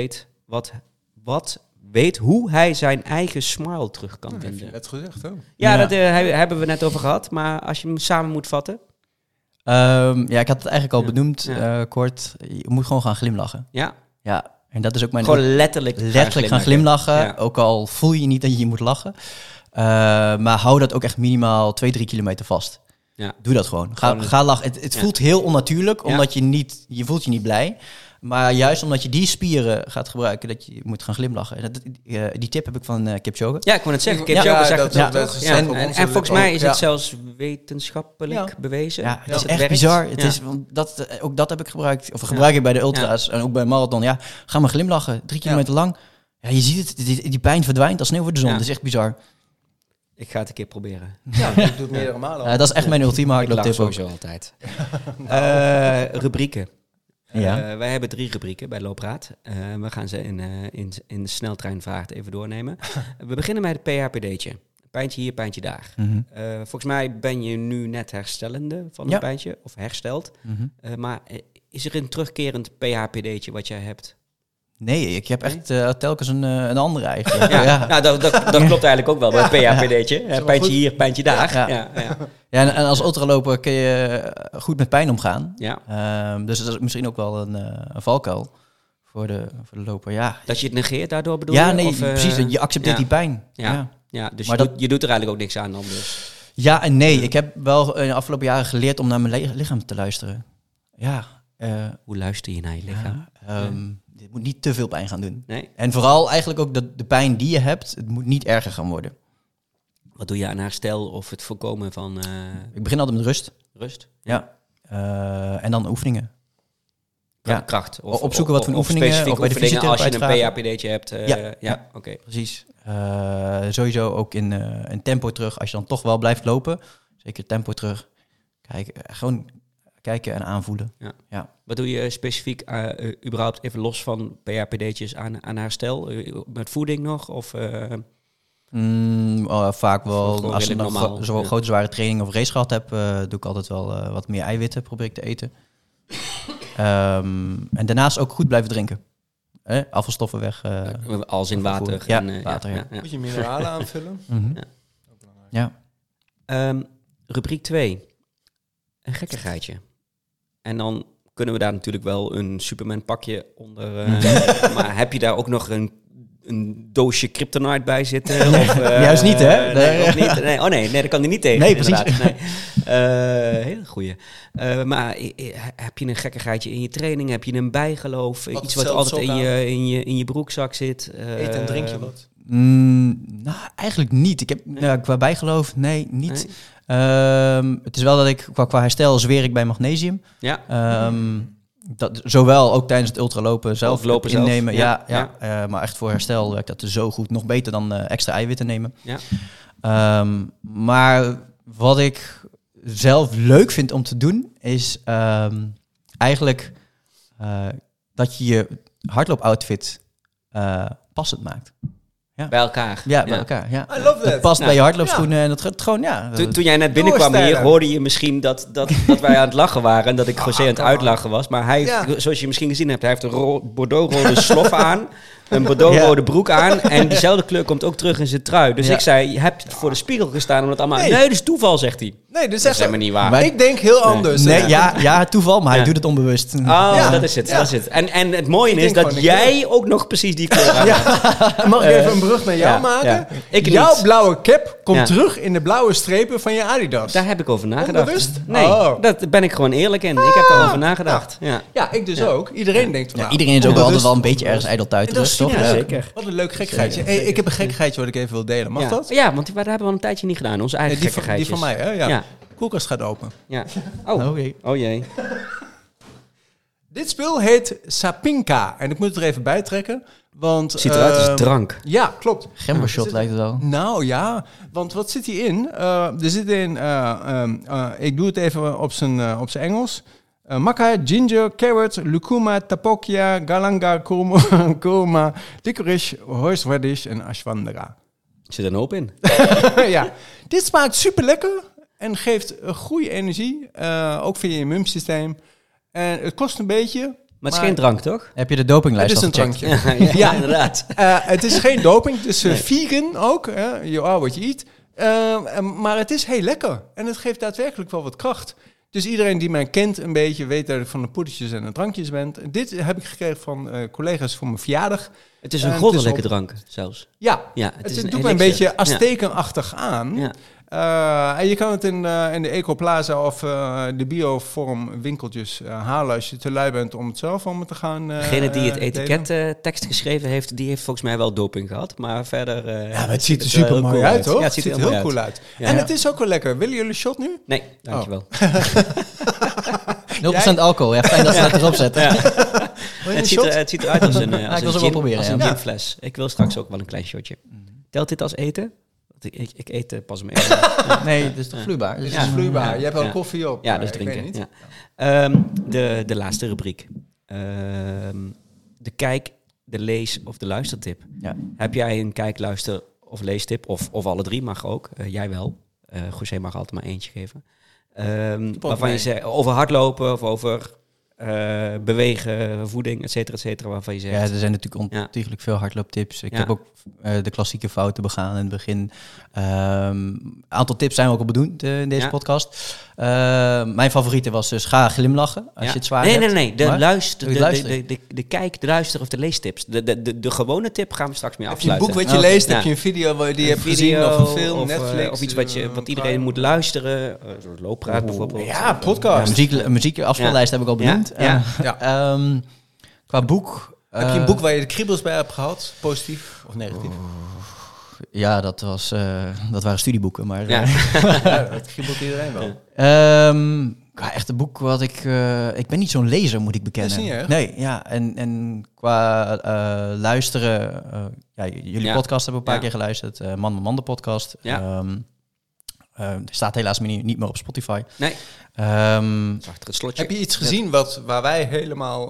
weet hoe hij zijn eigen smile terug kan Heb je vinden? net gezegd, hè? Ja, dat hebben we net over gehad. Maar als je hem samen moet vatten. Ik had het eigenlijk al benoemd, kort. Je moet gewoon gaan glimlachen. Ja, Ja, en dat is ook mijn... gewoon letterlijk gaan glimlachen. Ja. Ook al voel je niet dat je moet lachen. Maar hou dat ook echt minimaal 2-3 kilometer vast. Ja. Doe dat gewoon. Ga lachen. Het voelt heel onnatuurlijk, omdat je voelt je niet blij. Maar juist omdat je die spieren gaat gebruiken, dat je moet gaan glimlachen. En die tip heb ik van Kipchoge. Ja, ik wou net zeggen. Ja, Kipchoge ja, zegt dat- het dat toch? is Ja. zelf op En onze volgens lip mij ook. is het zelfs wetenschappelijk bewezen. Ja, het dat is het echt werkt. bizar. Het Ja. is, want ook dat heb ik gebruikt. Of gebruik ik bij de ultra's en ook bij marathon. Ja, ga maar glimlachen. 3 kilometer lang. Ja, je ziet het. Die pijn verdwijnt als sneeuw voor de zon. Ja. Dat is echt bizar. Ik ga het een keer proberen. Ja, ik doe het meerdere malen. Dat is echt mijn ultieme Ik lach hardlooptip ook. sowieso altijd. Rubrieken. Ja. Wij hebben 3 rubrieken bij Loopraad. We gaan ze in de sneltreinvaart even doornemen. We beginnen met het PHPD'tje. Pijntje hier, pijntje daar. Mhm. Volgens mij ben je nu net herstellende van een Ja. pijntje. Of hersteld. Mhm. Maar is er een terugkerend PHPD'tje wat jij hebt? Nee, ik heb echt telkens een andere eigenlijk. Ja, nou, dat klopt eigenlijk ook wel bij het PHPD'tje. Pijntje hier, pijntje daar. Ja. Ja. En als ultraloper kun je goed met pijn omgaan. Ja. Dus dat is misschien ook wel een valkuil voor de loper. Ja, Dat je het negeert daardoor bedoel ja je? nee, Of, precies. Je accepteert ja. die pijn. Ja. Ja, dus Maar je doet er eigenlijk ook niks aan dan dus. Ja en nee. Ik heb wel in de afgelopen jaren geleerd om naar mijn lichaam te luisteren. Ja. Hoe luister je naar je lichaam? Dit moet niet te veel pijn gaan doen. Nee? En vooral eigenlijk ook de pijn die je hebt, het moet niet erger gaan worden. Wat doe je aan herstel of het voorkomen van Ik begin altijd met rust. rust? Ja. En dan oefeningen. Ja. Kracht. Opzoeken wat voor oefeningen, specifieke of bij de oefeningen als je een fysiotherapeut PHPD'tje hebt. Ja. Oké. Precies. Sowieso ook in tempo terug. Als je dan toch wel blijft lopen, zeker tempo terug. Gewoon kijken en aanvoelen. Wat doe je specifiek, überhaupt even los van PHPD'tjes aan herstel? Met voeding nog? Of, Vaak Of wel. gewoon Als ik redelijk nog normaal, zo'n ja. grote zware training of race gehad heb, doe ik altijd wel wat meer eiwitten, probeer ik te eten. En daarnaast ook goed blijven drinken. Afvalstoffen weg. als in water? Ja, en, water, ja. Moet je mineralen aanvullen? Mhm. Ja. Ja. Rubriek 2. Een gekkigheidje. En dan kunnen we daar natuurlijk wel een Superman pakje onder... maar heb je daar ook nog een doosje kryptonite bij zitten? Of, Juist niet, hè? Nee, ook niet. Nee. Oh nee, daar kan hij niet tegen. Nee, precies. inderdaad. Nee. Hele goeie. Maar heb je een gekkigheidje in je training? Heb je een bijgeloof? Wat Iets wat zelfs altijd ook in je broekzak zit? Eet en drink je wat? Nou, eigenlijk niet. Ik heb qua bijgeloof, nee, niet. Nee? Het is wel dat ik qua herstel zweer ik bij magnesium. Ja. Dat, zowel ook tijdens het ultralopen zelf Of lopen zelf. innemen. Ja, Maar echt voor herstel werkt dat zo goed. Nog beter dan extra eiwitten nemen. Ja. Maar wat ik zelf leuk vind om te doen, is eigenlijk dat je je hardloopoutfit passend maakt. Ja. Bij elkaar. Ja, bij elkaar. Ja. I love that. Dat past bij je hardloopschoenen en dat gaat gewoon, ja. Toen jij net binnenkwam hier, hoorde je misschien dat wij aan het lachen waren en dat ik José aan het uitlachen was. Maar hij, zoals je misschien gezien hebt, hij heeft een bordeauxrode slof aan, een bordeauxrode broek aan en diezelfde kleur komt ook terug in zijn trui. Dus ik zei, je hebt voor de spiegel gestaan om het allemaal... Nee, dat is toeval, zegt hij. Nee, dat is helemaal niet waar. Maar ik denk heel anders. Nee, ja, toeval, maar hij doet het onbewust. Dat is het. Dat is het. En het mooie is dat jij ook nog precies die kleur aan hebt. Mag ik even een brug naar jou maken? Ja. Jouw blauwe cap komt terug in de blauwe strepen van je Adidas. Daar heb ik over nagedacht. Onbewust? Nee, daar ben ik gewoon eerlijk in. Ik heb daarover nagedacht. Ja, ik dus ook. Iedereen denkt van... iedereen is ook altijd wel een beetje ergens ijdeltuiterig, toch? Ja, zeker. Wat een leuk gekkigheidje. Hey, ik heb een gekkigheidje wat ik even wil delen. Mag dat? Ja, want daar hebben we al een tijdje niet gedaan. Onze eigen gekkigheidjes. Die van mij, hè? Ja. Koelkast gaat open. Ja. Oh jee. Dit spul heet Sapinka. En ik moet het er even bij trekken. Want, het ziet eruit als drank. Ja, klopt. Gembershot lijkt het wel. Nou ja, want wat zit hierin? Er zit in, ik doe het even op zijn Engels. Maca, ginger, carrot, lucuma, tapokia, galanga, kurma, licorice, horseradish en ashwagandha. Zit er een hoop in. Ja, dit smaakt super lekker en geeft goede energie, ook via je immuunsysteem. En het kost een beetje. Maar het is geen drank, toch? Heb je de dopinglijst al gecheckt? Het is een drankje. Ja, inderdaad. Het is geen doping, het is vegan ook. You are what you eat. Maar het is heel lekker. En het geeft daadwerkelijk wel wat kracht. Dus iedereen die mij kent een beetje weet dat ik van de poedertjes en de drankjes ben. Dit heb ik gekregen van collega's voor mijn verjaardag. Het is een goddelijke drank zelfs. Ja, het doet me een beetje Aztekenachtig aan. Ja. En je kan het in de Ecoplaza of de Bioform winkeltjes halen als je te lui bent om het zelf om te gaan degene die het etikettekst geschreven heeft, die heeft volgens mij wel doping gehad. Maar verder... maar het ziet er super mooi uit, hoor. Ja, het ziet er heel cool uit. Ja. En het is ook wel lekker. Willen jullie shot nu? Nee, dankjewel. 0% alcohol. Ja, fijn dat ze dat erop zetten. Ja. Het ziet eruit als een ginfles. Ik wil straks ook wel een klein shotje. Telt dit als eten? Ik eet pas om eten. Nee, het is toch vloeibaar? Het is vloeibaar. Je hebt wel koffie op. Ja, dus drinken. Ja. De laatste rubriek. De kijk, de lees of de luistertip. Ja. Heb jij een kijk, luister of leestip? Of alle drie mag ook. Jij wel. José mag altijd maar eentje geven. Waarvan je zegt over hardlopen of over bewegen, voeding, et cetera, waarvan je zegt... Ja, er zijn natuurlijk ontiegelijk veel hardlooptips. Ik heb ook de klassieke fouten begaan in het begin. Een aantal tips zijn we ook al bedoeld in deze podcast. Mijn favoriete was dus ga glimlachen als je het zwaar hebt. Nee. De kijk, de luister of de leestips. De gewone tip gaan we straks mee afsluiten. Heb je een boek wat je leest? Heb je een video die je hebt gezien? Of een film, of Netflix? Of iets wat iedereen moet luisteren. Een soort looppraat bijvoorbeeld. Ja, podcast. Muziek afspeellijst heb ik al benoemd. Qua boek... Heb je een boek waar je de kriebels bij hebt gehad? Positief of negatief? Ja, dat waren studieboeken, maar... Dat kriebelt iedereen wel. Qua echte boek wat ik ben niet zo'n lezer, moet ik bekennen. Dat is niet erg. Nee, ja. En qua luisteren... jullie podcast hebben we een paar keer geluisterd. Man de podcast. Ja. Staat helaas niet meer op Spotify. Nee. Achter het slotje. Heb je iets gezien waar wij helemaal,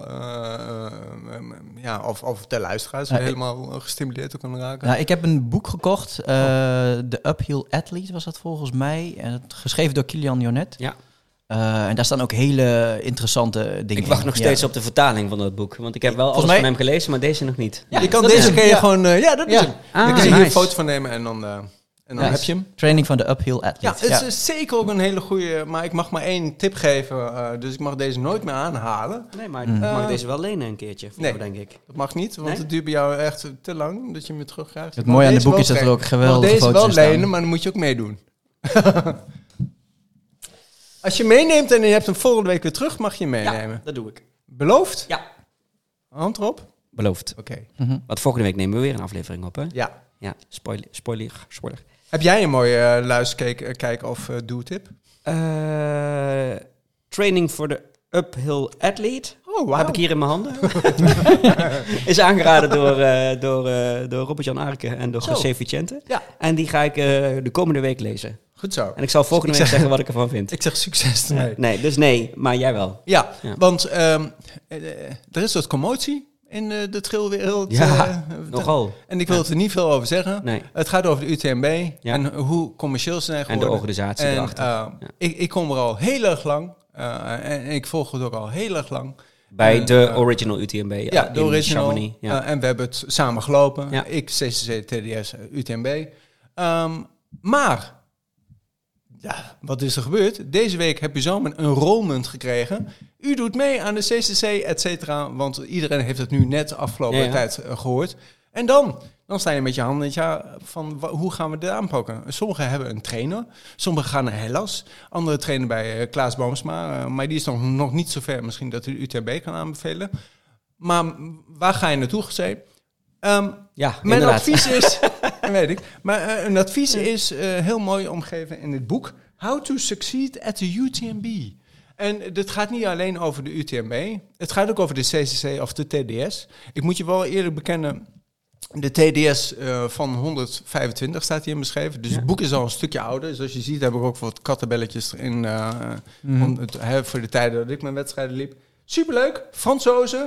of de luisteraars helemaal gestimuleerd door kunnen raken? Nou, ik heb een boek gekocht. The Uphill Athlete was dat volgens mij. En geschreven door Kilian Jornet. Ja. En daar staan ook hele interessante dingen Ik wacht nog steeds op de vertaling van dat boek. Want ik heb wel alles van hem gelezen, maar deze nog niet. Ja, je kan deze keer gewoon... dat is hem. Dan kun je hier een foto van nemen en dan heb je hem. Training van de Uphill Athlete. Ja, het is zeker ook een hele goede... Maar ik mag maar 1 tip geven. Dus ik mag deze nooit meer aanhalen. Nee, maar ik mag deze wel lenen een keertje. Nee, denk ik. Dat mag niet. Want het duurt bij jou echt te lang dat je hem terugkrijgt. Het mooie aan het boek is dat er ook geweldige foto's in staan. Deze wel lenen, maar dan moet je ook meedoen. Als je meeneemt en je hebt hem volgende week weer terug, mag je hem meenemen. Ja, dat doe ik. Beloofd? Ja. Hand erop? Beloofd. Oké. Want volgende week nemen we weer een aflevering op, hè? Ja. Ja, spoiler. Heb jij een mooie luisterkijk of doe-tip? Training for the Uphill Athlete. Oh, wow. Heb ik hier in mijn handen. Is aangeraden door Robert-Jan Arke en door José Vicente. Ja. En die ga ik de komende week lezen. Goed zo. En ik zal volgende week zeggen wat ik ervan vind. Ik zeg succes ermee. Nee, dus nee, maar jij wel. Ja, Ja. want er is wat commotie in de trailwereld. Ja, nogal. En ik wil het er niet veel over zeggen. Nee. Het gaat over de UTMB Ja. en hoe commercieel ze zijn En geworden. de organisatie erachter. Ik kom er al heel erg lang. En ik volg het ook al heel erg lang. Bij de original UTMB. Ja, de in original. Chamonix, ja. En we hebben het samen gelopen. Ja. Ik, CCC, TDS, UTMB. Maar, ja, wat is er gebeurd? Deze week heb je zomaar een enrollment gekregen. U doet mee aan de CCC, et cetera. Want iedereen heeft het nu net afgelopen tijd gehoord. En dan sta je met je handen in het jaar van hoe gaan we dit aanpakken? Sommigen hebben een trainer, sommigen gaan naar Hellas, anderen trainen bij Klaas Boomsma, maar die is nog niet zo ver misschien dat hij de UTMB kan aanbevelen. Maar waar ga je naartoe, José? Mijn advies is, weet ik, maar een advies is heel mooi omgeven in het boek How to Succeed at the UTMB. En dit gaat niet alleen over de UTMB, het gaat ook over de CCC of de TDS. Ik moet je wel eerlijk bekennen, de TDS van 125 staat hierin beschreven. Dus het boek is al een stukje ouder. Zoals je ziet heb ik ook wat kattenbelletjes erin voor de tijden dat ik mijn wedstrijden liep. Superleuk. Fransozen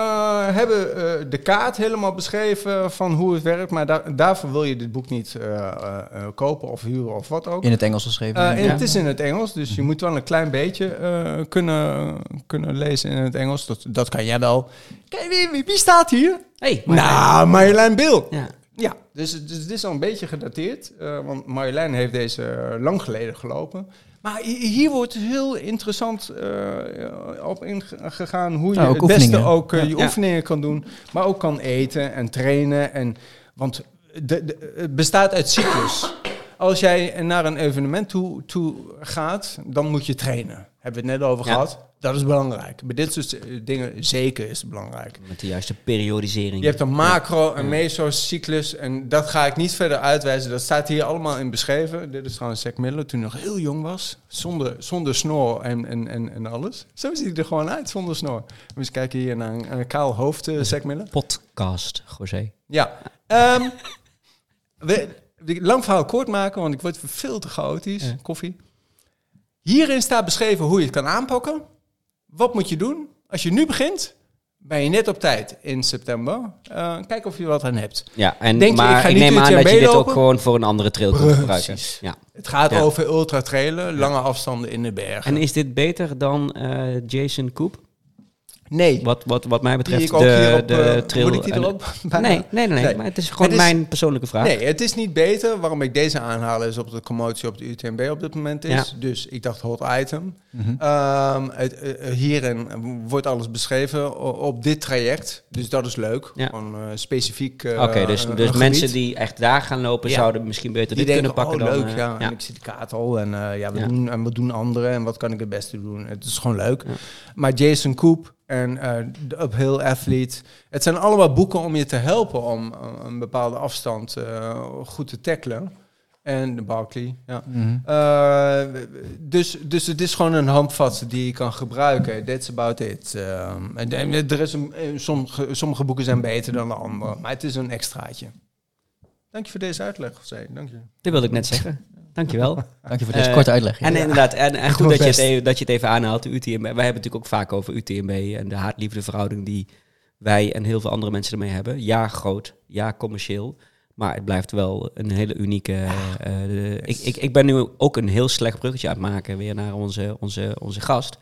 hebben de kaart helemaal beschreven van hoe het werkt. Maar daarvoor wil je dit boek niet kopen of huren of wat ook. In het Engels geschreven. Het is in het Engels, dus je moet wel een klein beetje kunnen lezen in het Engels. Dat kan jij wel. Kijk, wie staat hier? Hey, Marjolein Bill. Ja. Dus het is al een beetje gedateerd. Want Marjolein heeft deze lang geleden gelopen. Maar hier wordt heel interessant op ingegaan hoe je het beste ook je oefeningen kan doen. Maar ook kan eten en trainen. Want het bestaat uit cyclus. Als jij naar een evenement toe gaat, dan moet je trainen. Hebben we het net over gehad. Dat is belangrijk. Bij dit soort dingen zeker is het belangrijk. Met de juiste periodisering. Je hebt een macro- en mesocyclus. En dat ga ik niet verder uitwijzen. Dat staat hier allemaal in beschreven. Dit is trouwens Zack Miller toen hij nog heel jong was. Zonder snor en alles. Zo ziet hij er gewoon uit, zonder snor. Dus kijken hier naar een kaal hoofd, Zack Miller. Podcast, José. Ja. Lang verhaal kort maken, want ik word veel te chaotisch. Ja. Koffie. Hierin staat beschreven hoe je het kan aanpakken. Wat moet je doen? Als je nu begint, ben je net op tijd in september. Kijk of je wat aan hebt. Ja, maar ik neem aan dat je dit ook gewoon voor een andere trail kunt gebruiken. Ja. Het gaat over ultra-trailen, lange afstanden in de bergen. En is dit beter dan Jason Koop? Nee. Wat mij betreft de trail... Moet ik die er ook bij? Nee. Maar het is gewoon mijn persoonlijke vraag. Nee, het is niet beter. Waarom ik deze aanhaal is op de commotie op de UTMB op dit moment is. Ja. Dus ik dacht hot item. Mm-hmm. Hierin wordt alles beschreven op dit traject. Dus dat is leuk. Ja. Gewoon specifiek Oké, dus mensen die echt daar gaan lopen zouden misschien beter dit kunnen pakken dan... leuk, En ik zie de kaart al. En wat doen anderen en wat kan ik het beste doen. Het is gewoon leuk. Ja. Maar Jason Koop en de Uphill Athlete. Het zijn allemaal boeken om je te helpen om een bepaalde afstand goed te tackelen. En de Barkley, ja. Mm-hmm. Dus het is gewoon een handvat die je kan gebruiken. That's about it. Er is sommige boeken zijn beter dan de andere. Maar het is een extraatje. Dank je voor deze uitleg, José. Dank je. Dat wilde ik net zeggen. Dankjewel. Dank je voor deze korte uitleg. En inderdaad, en goed dat je het even aanhaalt, de UTMB. Wij hebben het natuurlijk ook vaak over UTMB en de haat-liefde verhouding die wij en heel veel andere mensen ermee hebben. Ja, groot. Ja, commercieel. Maar het blijft wel een hele unieke... Ik ben nu ook een heel slecht bruggetje aan het maken weer naar onze gast.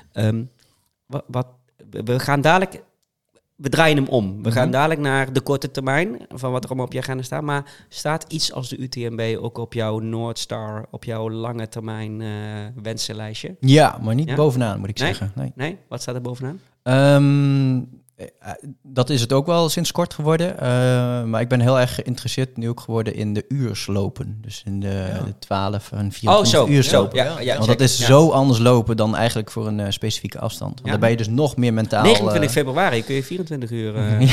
We gaan dadelijk... We draaien hem om. We gaan dadelijk naar de korte termijn van wat er allemaal op je agenda staat. Maar staat iets als de UTMB ook op jouw North Star, op jouw lange termijn wensenlijstje? Ja, maar niet bovenaan, moet ik zeggen. Nee? Wat staat er bovenaan? Dat is het ook wel sinds kort geworden. Maar ik ben heel erg geïnteresseerd nu ook geworden in de uurslopen. Dus in de 12 en 24 uurslopen. Ja, want dat is zo anders lopen dan eigenlijk voor een specifieke afstand. Want daar ben je dus nog meer mentaal... 29 februari kun je 24 uur... 1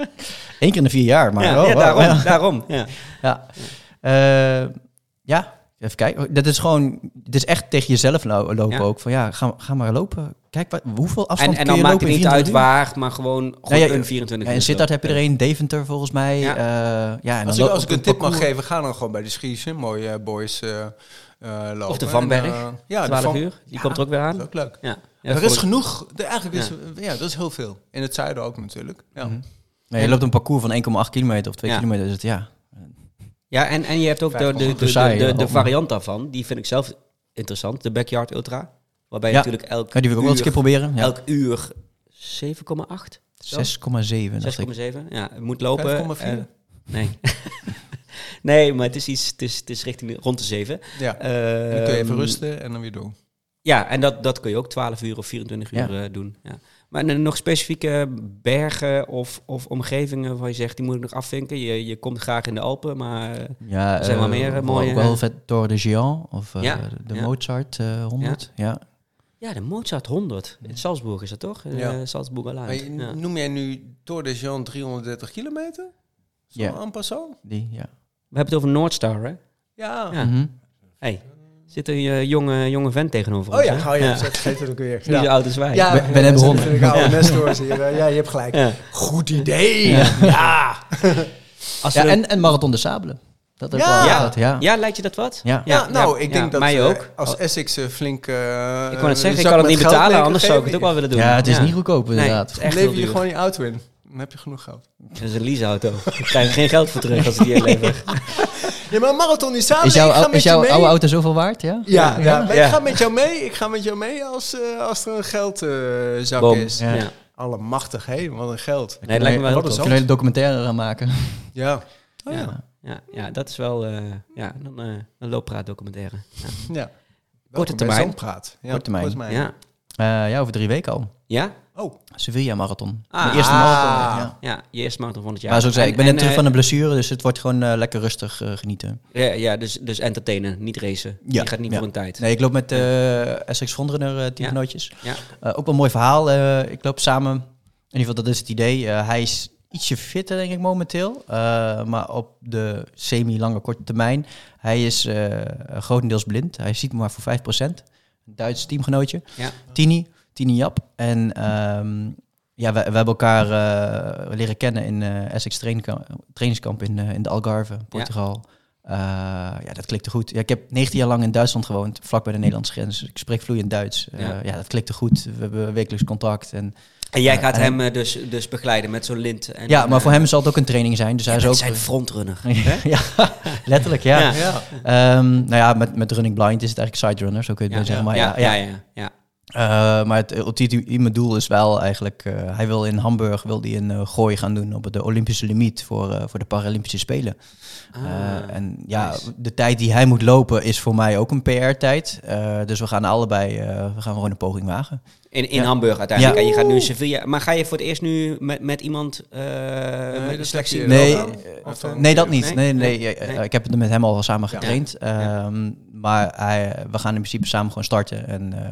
keer in de 4 jaar. Maar daarom. Ja. Even kijken. Dat is gewoon... Het is echt tegen jezelf lopen Ja. ook. Van ja, ga maar lopen. Kijk, hoeveel afstand En kun je dan maakt lopen het in niet 24 uit uur? waar, maar gewoon een 24 Ja, uur. in Sittard heb je er een, Deventer volgens mij. Ja. En Als dan ik op een tip mag parcours. geven, ga dan gewoon bij de Ski Mooie Boys lopen. Of de Van Berg, ja, 12 uur. Die komt er ook weer aan. Dat is ook leuk. Ja. Er is genoeg. Eigenlijk is dat is heel veel. In het zuiden ook natuurlijk. Ja. Mhm. Nee, je loopt een parcours van 1,8 kilometer of 2 Ja. kilometer. Dus ja. Ja, en je hebt ook de variant daarvan. Die vind ik zelf interessant. De Backyard Ultra. Waarbij je natuurlijk elk Die wil ik ook wel eens een keer proberen. Ja. elk uur 7,8? 6,7. 6,7. Ja, het moet lopen. 5,4. Nee. Nee, maar het is richting rond de 7. Ja. Dan kun je even rusten en dan weer door. Ja, en dat kun je ook 12 uur of 24 uur doen. Ja. Maar nog specifieke bergen of omgevingen waar je zegt, die moet ik nog afvinken. Je komt graag in de Alpen, maar Ja, er zijn wel meer mooie... Ook wel vet door de Géant of de Ja. Mozart 100. Ja. Ja, de Mozart 100. In Salzburg is dat toch? Ja. Salzburger Maar Land. noem jij nu Tour de Jean 330 kilometer? Zo Ja. en passant? Die, ja. We hebben het over Noordstar, hè? Ja. Ja. Mhm. Hey, zit er een jonge vent tegenover Oh ons, ja, hè? vergeet het ook weer. Niet zo oud als wij. Ja, ben net begonnen. Ik oude nestors hier. Ja, je hebt gelijk. Ja. Goed idee. Ja. Als Ja, we en Marathon de Sabelen. Dat heb ik Ja. wel ja. gehad, ja. Ja, lijkt je dat wat? Ja. Ik denk dat mij ook. als Essex flink... Ik wou net zeggen, ik kan het niet betalen, anders zou ik het ook wel willen doen. Ja, het is niet goedkoop inderdaad. het is echt Lever heel je duur. gewoon je auto in. Dan heb je genoeg geld. Dat is een leaseauto. Ik krijg geen geld voor terug als ik die inlever. Ja, maar Marathon is samen. Is jouw oude auto zoveel waard, ja? Ja. Maar Ja. ik ga met jou mee. Ik ga met jou mee als er een geldzak Boom. is. Ja. Ja. Allemachtig, hé. Wat een geld. Nee, dat lijkt me wel heel Wat een tof. Kunnen we een documentaire gaan maken? Ja. Oh, Ja, dat is wel... een looppraatdocumentaire. Ja. Welkom bij termijn. Zandpraat. Ja, Korte termijn. Ja. Over 3 weken al. Ja? Oh. Sevilla Marathon. Ah. De eerste marathon. Ja. Ja, je eerste marathon van het jaar. Maar zoals ik zei, ik ben En- net terug en, van een blessure, dus het wordt gewoon lekker rustig genieten. dus entertainen, niet racen. Ja. Je gaat niet Ja. voor een tijd. Nee, ik loop met Essex Frontrunner teamgenootjes. Ja. Ook wel een mooi verhaal. Ik loop samen, in ieder geval dat is het idee. Hij is ietsje fitter denk ik momenteel, maar op de semi-lange korte termijn. Hij is grotendeels blind. Hij ziet maar voor 5%. Een Duits teamgenootje. Ja. Tini Jap. En we hebben elkaar leren kennen in Essex trainingskamp in de Algarve, Portugal. Dat klikte goed. Ja, ik heb 19 jaar lang in Duitsland gewoond, vlak bij de Nederlandse grens. Ik spreek vloeiend Duits. Dat klikte goed. We hebben wekelijks contact. En jij gaat hem dus begeleiden met zo'n lint. En, ja, maar voor hem zal het ook een training zijn. Dus hij is ook zijn frontrunner. ja, letterlijk, ja. Ja. Met Running Blind is het eigenlijk siderunner, zo kun je het zeggen. Maar maar het ultieme doel is wel eigenlijk... hij wil in Hamburg een gooi gaan doen op de Olympische limiet voor de Paralympische Spelen. Nice. De tijd die hij moet lopen is voor mij ook een PR-tijd. Dus we gaan allebei gewoon een poging wagen. In Hamburg uiteindelijk. Ja. En je gaat nu in Sevilla. Maar ga je voor het eerst nu met iemand met de selectie? Nee, dat niet. Nee? Nee. Ik heb het met hem al samen getraind. Ja. Maar we gaan in principe samen gewoon starten.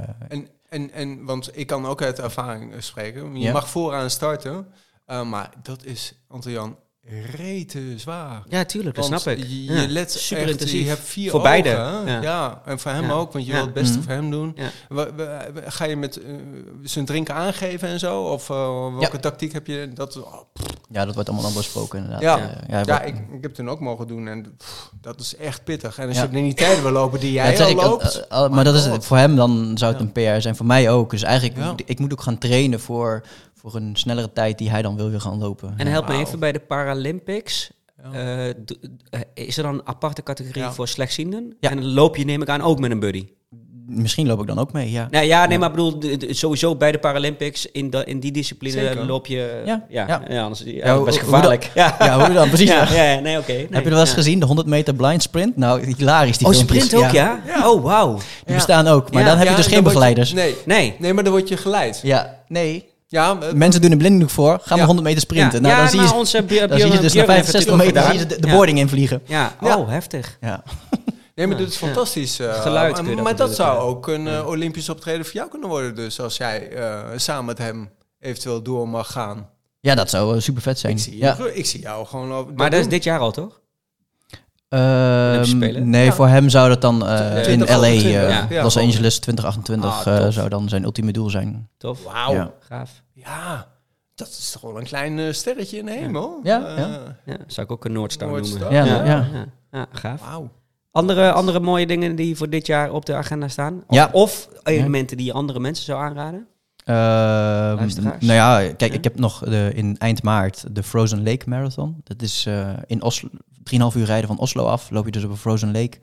En want ik kan ook uit ervaring spreken. Je mag vooraan starten, maar dat is, Anton-Jan, rete zwaar. Ja, tuurlijk, dat Want snap ik. Je let super echt, intensief. je hebt 4 voor ogen. beide. Ja, en voor hem Ja. ook, want je Ja. wil het beste voor hem doen. Ja. Ga je met zijn drinken aangeven en zo? Of welke tactiek heb je? Ja, dat wordt allemaal dan besproken inderdaad. Ja, ik heb toen ook mogen doen en dat is echt pittig. En als je in die tijden wil lopen die jij zeg al ik, loopt... maar dat is het. Voor hem dan zou het een PR zijn, voor mij ook. Dus eigenlijk, ik moet ook gaan trainen voor een snellere tijd die hij dan wil weer gaan lopen. En help me even bij de Paralympics. Is er dan een aparte categorie voor slechtzienden? Ja. En dan loop je, neem ik aan, ook met een buddy? Misschien loop ik dan ook mee, ja. Nou, maar ik bedoel, sowieso bij de Paralympics, in die discipline Zeker. loop je... Ja. Anders Ja, best hoe gevaarlijk. hoe dan? Precies. Nee, oké. Heb je er wel eens gezien, de 100 meter blind sprint? Nou, hilarisch die filmpjes. sprint ook, ja? Oh, wauw. Die bestaan ook, maar dan heb je dus geen begeleiders. Nee, maar dan word je geleid. Ja, nee. Ja, Mensen doen een blinddoek voor, gaan we 100 meter sprinten. Nou, dan zie je, onze dan zie je dus na 65 meter zie je de boarding invliegen. Ja, heftig. Ja. Nee, maar dit is fantastisch. Geluid kun je dat maar dat zou natuurlijk, ook een Olympisch optreden voor jou kunnen worden. Dus als jij samen met hem eventueel door mag gaan. Ja, dat zou super vet zijn. Ik zie jou gewoon... Maar dat is dit jaar al, toch? Spelen? Nee, Ja. voor hem zou dat dan in LA, 2028, ja. Los Angeles 2028 tof. zou dan zijn ultieme doel zijn. Tof. Wauw. Ja. Gaaf. Ja, dat is toch wel een klein sterretje in de hemel. Ja, ja. Ja, zou ik ook een Noordstar Noordstar. noemen. Ja. Ja, gaaf. Wauw. Andere mooie dingen die voor dit jaar op de agenda staan? Ja. Of elementen die je andere mensen zou aanraden? Luisteraars? Nou ja, kijk, Ja. ik heb nog in eind maart de Frozen Lake Marathon. Dat is in Oslo, 3,5 uur rijden van Oslo af. Loop je dus op een Frozen Lake.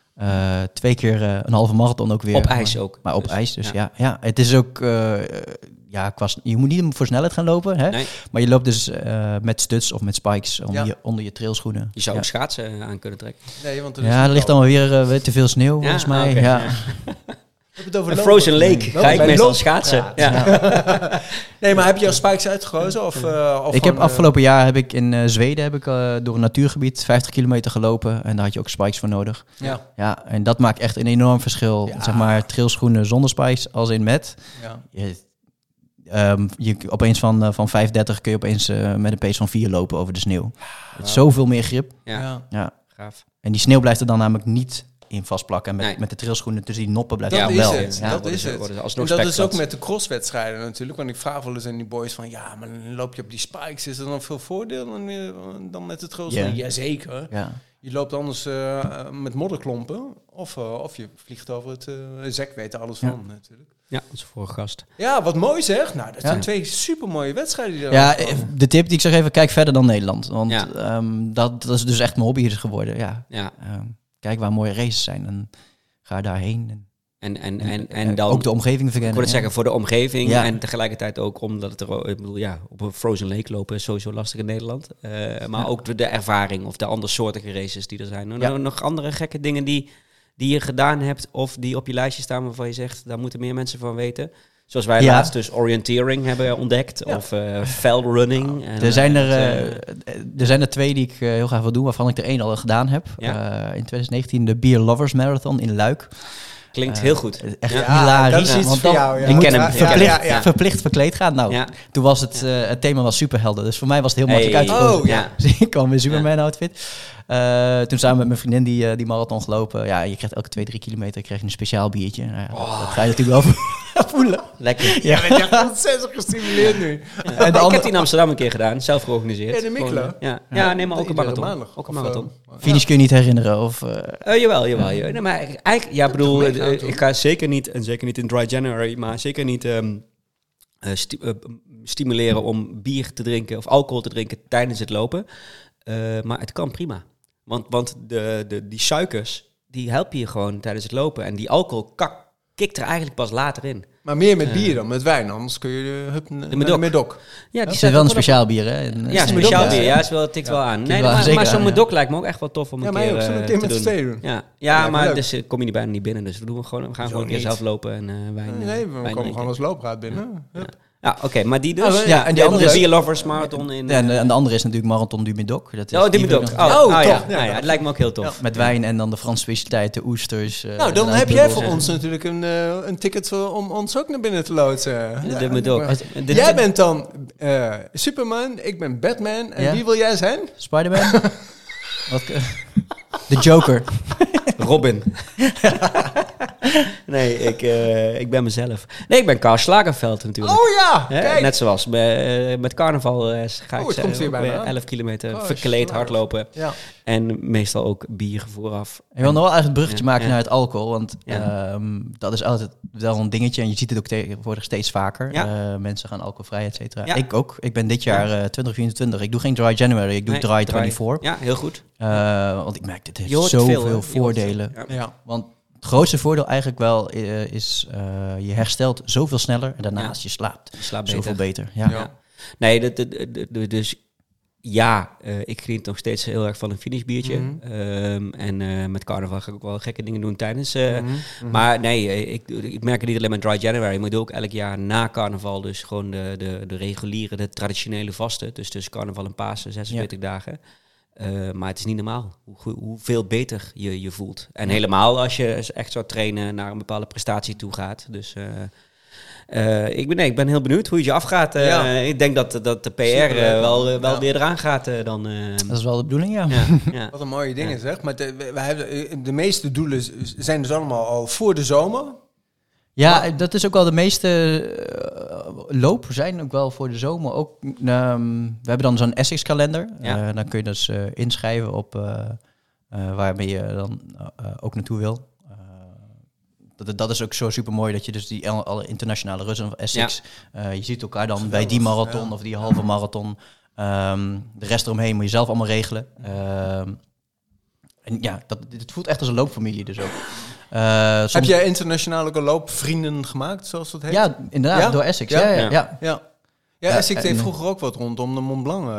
2 keer een halve marathon ook weer. Op ijs ook. Maar op Dus, ijs, dus ja. ja. Het is ook... je moet niet voor snelheid gaan lopen, hè? Nee. Maar je loopt dus met studs of met spikes Ja. onder je trailschoenen. Je zou ja. ook schaatsen aan kunnen trekken. Nee, want Ja, er ligt allemaal weer te veel sneeuw, volgens mij. oké, Ja. ja. We hebben het over Een lopen. Frozen Lake Lopen ga ik bij meestal lopen. schaatsen. Ja. Ja. Nee, maar heb je al spikes uitgekozen? Of Ik heb afgelopen jaar in Zweden door een natuurgebied 50 kilometer gelopen. En daar had je ook spikes voor nodig. Ja. Ja, en dat maakt echt een enorm verschil. Ja. Zeg maar, trailschoenen zonder spikes als in met. Ja. Je opeens van 5:30 kun je opeens met een pace van 4 lopen over de sneeuw. Het is zoveel meer grip. Ja, Ja. gaaf. En die sneeuw blijft er dan namelijk niet in vastplakken. En Nee. met de trailschoenen tussen die noppen blijft Dat het is wel. het. Ja. Dat worden is ze- het. worden ze En alsnog dat is ook spekglad. met de crosswedstrijden natuurlijk. Want ik vraag wel eens aan die boys van... Ja, maar dan loop je op die spikes. Is er dan veel voordeel dan met de trails? Ja. Jazeker. Ja. Je loopt anders met modderklompen. Of je vliegt over het... Zek weet er alles Ja. van natuurlijk. Ja, onze vorige gast. Ja, wat mooi zeg. Nou, dat Ja. zijn 2 supermooie wedstrijden. Die Ja, eraan komen. de tip die ik zou geven, kijk verder dan Nederland. Want Ja. dat is dus echt mijn hobby geworden. Ja. Ja. Kijk waar mooie races zijn en ga daarheen. En dan... ook de omgeving Ik verkennen. wil het zeggen, voor de omgeving Ja. en tegelijkertijd ook omdat het er... Ik bedoel, ja, op een Frozen Lake lopen is sowieso lastig in Nederland. Maar Ja. ook de ervaring of de andersoortige races die er zijn. Ja. Nog andere gekke dingen die je gedaan hebt of die op je lijstje staan waarvan je zegt, daar moeten meer mensen van weten. Zoals wij Ja. laatst dus orienteering hebben ontdekt Ja. of fell running. En, Er zijn er 2 die ik heel graag wil doen, waarvan ik er 1 al gedaan heb. Ja. In 2019 de Beer Lovers Marathon in Luik. Klinkt heel goed. Echt Ja, hilarisch. dat is iets want voor dan- jou, ja. Je moet Ik ken hem. verplicht verkleed gaan. Nou, Ja. toen was het thema was superhelden. Dus voor mij was het heel makkelijk Hey. uitgekomen. Oh, ja. Dus ik kwam in Superman outfit. Toen samen met mijn vriendin die marathon gelopen. Ja, je krijgt elke 2-3 kilometer krijg je een speciaal biertje. Nou ja, dat ga je natuurlijk wel voelen. Lekker. Ja, je bent echt ontzettend gestimuleerd nu. En de Ik andere heb die in Amsterdam een keer gedaan, zelf georganiseerd. Ja, de Miklo. Gewoon, ja, nee, maar ook een Iedere marathon. maandag. Ook een Of, marathon. finish kun je niet herinneren. Of, Jawel. Nee, maar eigenlijk, ja, bedoel, meegedaan toen? ik ga zeker niet, en zeker niet in Dry January, maar zeker niet stimuleren om bier te drinken of alcohol te drinken tijdens het lopen. Maar het kan prima. Want die suikers, die helpen je gewoon tijdens het lopen. En die alcohol kikt er eigenlijk pas later in. Maar meer met bier dan met wijn. Anders kun je naar Medoc. de Medoc. Ja, het is wel een speciaal bier, hè? Ja, speciaal bier. Ja, het tikt wel aan. Nee, wel maar zeker zo'n aan, Medoc lijkt me ook echt wel tof om Ja, een mij keer ook. Zullen we een te keer met doen. z'n tweeën doen? Ja, Ja, maar leuk. dus kom je niet bijna niet binnen. Dus we gaan gewoon een keer niet. zelf lopen en wijn. Nee, we wijn komen drinken. gewoon als loopraad binnen. Hup. Ja, oké, maar die dus. Ah, ja, en die andere de is- Beer Lovers Marathon in... En de andere is natuurlijk Marathon du Médoc. Dat is oh, die wil Medoc. ik nog- Oh, tof. ja. Ja, Nou ja, het lijkt me ook heel tof. Ja. Met wijn en dan de Franse specialiteit, de oesters. Nou, dan heb jij voor ons natuurlijk een ticket om ons ook naar binnen te loodsen. De Medoc. Jij bent dan Superman, ik ben Batman. En Ja. wie wil jij zijn? Spider-Man? De Joker. Robin. Nee, ik ben mezelf. Nee, ik ben Karl Slagerveld natuurlijk. Oh ja, Hè, kijk. net zoals met carnaval ga Oh, ik het komt weer bijna aan. 11 kilometer Oh, verkleed slager. hardlopen. Ja. En meestal ook bier vooraf. Ik wil nog wel echt het bruggetje Ja, maken ja. naar het alcohol. Want Ja. dat is altijd wel een dingetje. En je ziet het ook tegenwoordig steeds vaker. Ja. Mensen gaan alcoholvrij, et cetera. Ja. Ik ook. Ik ben dit jaar 2024. Ik doe geen Dry January. Ik doe Nee, Dry 24. Ja, heel goed. Want ik merk, dit Je heeft hoort het zoveel veel, hè? Je hoort het voordelen. veel. Ja. Ja. Want het grootste voordeel eigenlijk wel is... je herstelt zoveel sneller. En daarnaast je slaapt Je slaapt zoveel beter. beter. Ja. Ja. Nee, dus ja, ik geniet nog steeds heel erg van een finishbiertje. Mhm. En met carnaval ga ik ook wel gekke dingen doen tijdens. Mhm. Maar nee, ik merk het niet alleen met Dry January. Maar ik doe ook elk jaar na carnaval dus gewoon de reguliere, de traditionele vasten. Dus tussen carnaval en Pasen, 46 dagen. Maar het is niet normaal hoeveel beter je voelt. En helemaal als je echt zou trainen naar een bepaalde prestatie toe gaat. Dus Ik ben heel benieuwd hoe het je afgaat. Ik denk dat de PR wel weer eraan gaat dan. Dat is wel de bedoeling, ja. Ja. Wat een mooie dingen zeg. Maar de meeste doelen zijn dus allemaal al voor de zomer. Ja, dat is ook wel de meeste lopen zijn ook wel voor de zomer. Ook, we hebben dan zo'n Essex-kalender. Ja. Dan kun je dus inschrijven op waarmee je dan ook naartoe wil. Dat is ook zo super mooi dat je dus alle internationale runnen van Essex... je ziet elkaar dan bij die marathon of die halve marathon. De rest eromheen moet je zelf allemaal regelen. En ja, het voelt echt als een loopfamilie dus ook. Heb jij internationale loopvrienden gemaakt, zoals dat heet? Ja, inderdaad, door Essex. Ja. Essex deed vroeger ook wat rondom de Mont Blanc.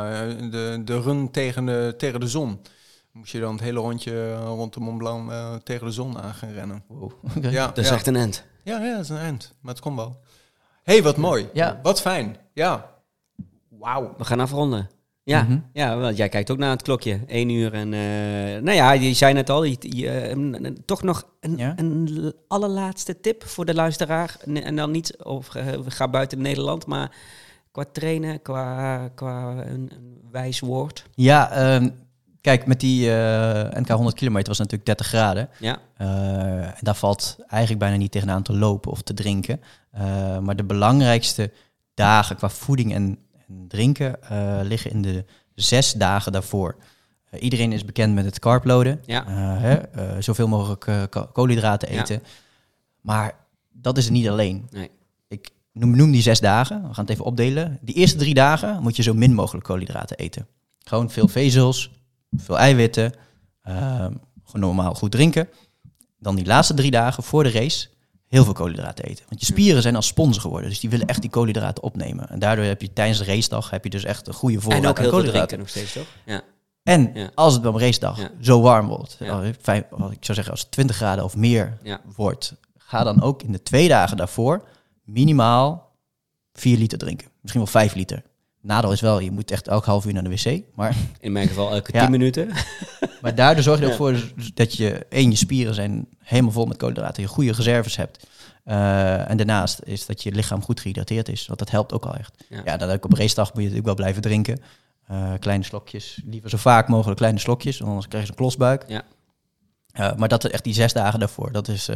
De run tegen de zon. Moest je dan het hele rondje rond de Mont Blanc tegen de zon aan gaan rennen. Wow. Okay. Dat is echt een end. Ja, dat is een end. Maar het komt wel. Hey, wat mooi. Ja. Wat fijn. Ja. Wauw. We gaan afronden. Ja, want jij kijkt ook naar het klokje. 1 uur en... je zei net al, toch nog een allerlaatste tip voor de luisteraar. En dan niet, ga buiten Nederland, maar qua trainen, qua een wijs woord. Ja, kijk, met die NK 100 kilometer was het natuurlijk 30 graden. Ja. En daar valt eigenlijk bijna niet tegenaan te lopen of te drinken. Maar de belangrijkste dagen qua voeding en drinken liggen in de 6 dagen daarvoor. Iedereen is bekend met het carbloaden. Ja. Zoveel mogelijk koolhydraten eten. Ja. Maar dat is het niet alleen. Nee. Ik noem die 6 dagen. We gaan het even opdelen. Die eerste 3 dagen moet je zo min mogelijk koolhydraten eten. Gewoon veel vezels, veel eiwitten. Gewoon normaal goed drinken. Dan die laatste 3 dagen voor de race heel veel koolhydraten eten. Want je spieren zijn als sponsen geworden. Dus die willen echt die koolhydraten opnemen. En daardoor heb je tijdens de racedag dus echt een goede voorraad aan koolhydraten. En ook heel veel drinken nog steeds, toch? Ja. En als het op een racedag zo warm wordt, ik zou zeggen als het 20 graden of meer wordt, ga dan ook in de 2 dagen daarvoor minimaal 4 liter drinken. Misschien wel 5 liter. Nadeel is wel, je moet echt elk half uur naar de wc. Maar in mijn geval elke 10 minuten. Maar daardoor zorg je ervoor dat je je spieren zijn helemaal vol met koolhydraten. Je goede reserves hebt. En daarnaast is dat je lichaam goed gehydrateerd is. Want dat helpt ook al echt. Ja, dan ook op racedag moet je natuurlijk wel blijven drinken. Kleine slokjes. Liever zo vaak mogelijk kleine slokjes. Anders krijg je een klosbuik. Ja. Maar dat is echt die 6 dagen daarvoor. Dat is...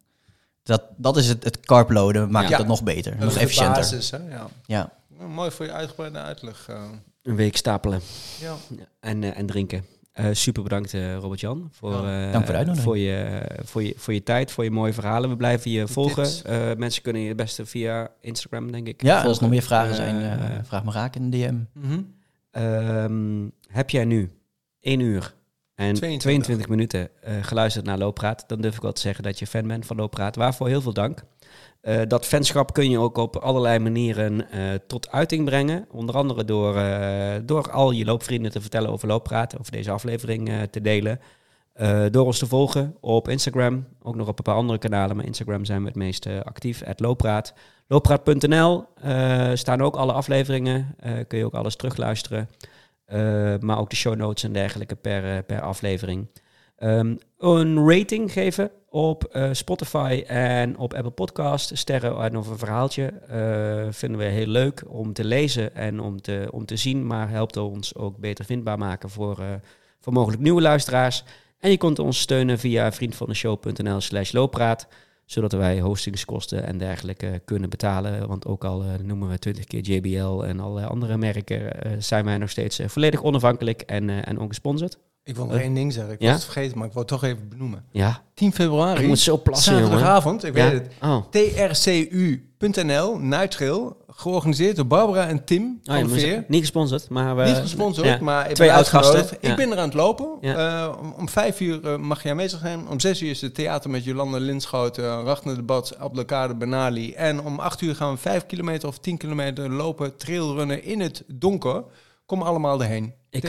Dat is het carbloaden. Maakt het nog beter. Nog efficiënter. Basis, hè? Ja. Nou, mooi voor je uitgebreide uitleg. Een week stapelen. Ja. En drinken. Super bedankt Robert-Jan voor, dank voor de uitnodiging. voor je tijd, voor je mooie verhalen. We blijven je volgen. Mensen kunnen je het beste via Instagram, denk ik. Ja, volgen. Als er nog meer vragen zijn, vraag me raak in de DM. Heb jij nu 1 uur en 22 minuten geluisterd naar Looppraat, dan durf ik wel te zeggen dat je fan bent van Looppraat. Waarvoor heel veel dank. Dat fanschap kun je ook op allerlei manieren tot uiting brengen. Onder andere door al je loopvrienden te vertellen over Looppraat, over deze aflevering te delen. Door ons te volgen op Instagram, ook nog op een paar andere kanalen, maar Instagram zijn we het meest actief, @Looppraat. Looppraat.nl staan ook alle afleveringen, kun je ook alles terugluisteren. Maar ook de show notes en dergelijke per aflevering. Een rating geven op Spotify en op Apple Podcast. Sterren en of een verhaaltje vinden we heel leuk om te lezen en om te zien. Maar helpt ons ook beter vindbaar maken voor mogelijk nieuwe luisteraars. En je kunt ons steunen via vriendvandeshow.nl/looppraat. Zodat wij hostingskosten en dergelijke kunnen betalen. Want ook al noemen we 20 keer JBL en allerlei andere merken, zijn wij nog steeds volledig onafhankelijk en ongesponsord. Ik wil nog 1 ding zeggen. Ik was het vergeten, maar ik wil het toch even benoemen. Ja. 10 februari. Ik moet zo plassen, zaterdagavond, ik weet het. Oh. trcu.nl, Night Trail, georganiseerd door Barbara en Tim van de Veer. Niet gesponsord, maar... niet gesponsord, maar... 2 oud-gasten. Ik ben er aan het lopen. Ja. Om 5 uur mag je aanwezig zijn. Om 6 uur is het theater met Jolanda Linschoten, Ragnar de Bats, Abdelkader Benali. En om 8 uur gaan we 5 kilometer of 10 kilometer lopen, trailrunnen in het donker. Kom allemaal erheen. Ik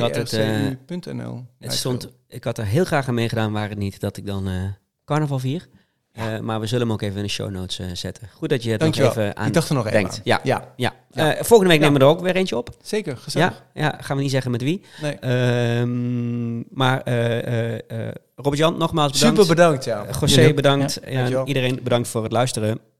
had er heel graag aan meegedaan, waar het niet dat ik dan carnaval vier. Maar we zullen hem ook even in de show notes zetten. Goed dat je het nog even aan ik dacht er nog denkt. Ja. Volgende week nemen we er ook weer eentje op. Zeker, gezellig. Ja, gaan we niet zeggen met wie. Nee. Maar Robert-Jan, nogmaals bedankt. Super bedankt, ja. José, bedankt. Ja, iedereen bedankt voor het luisteren.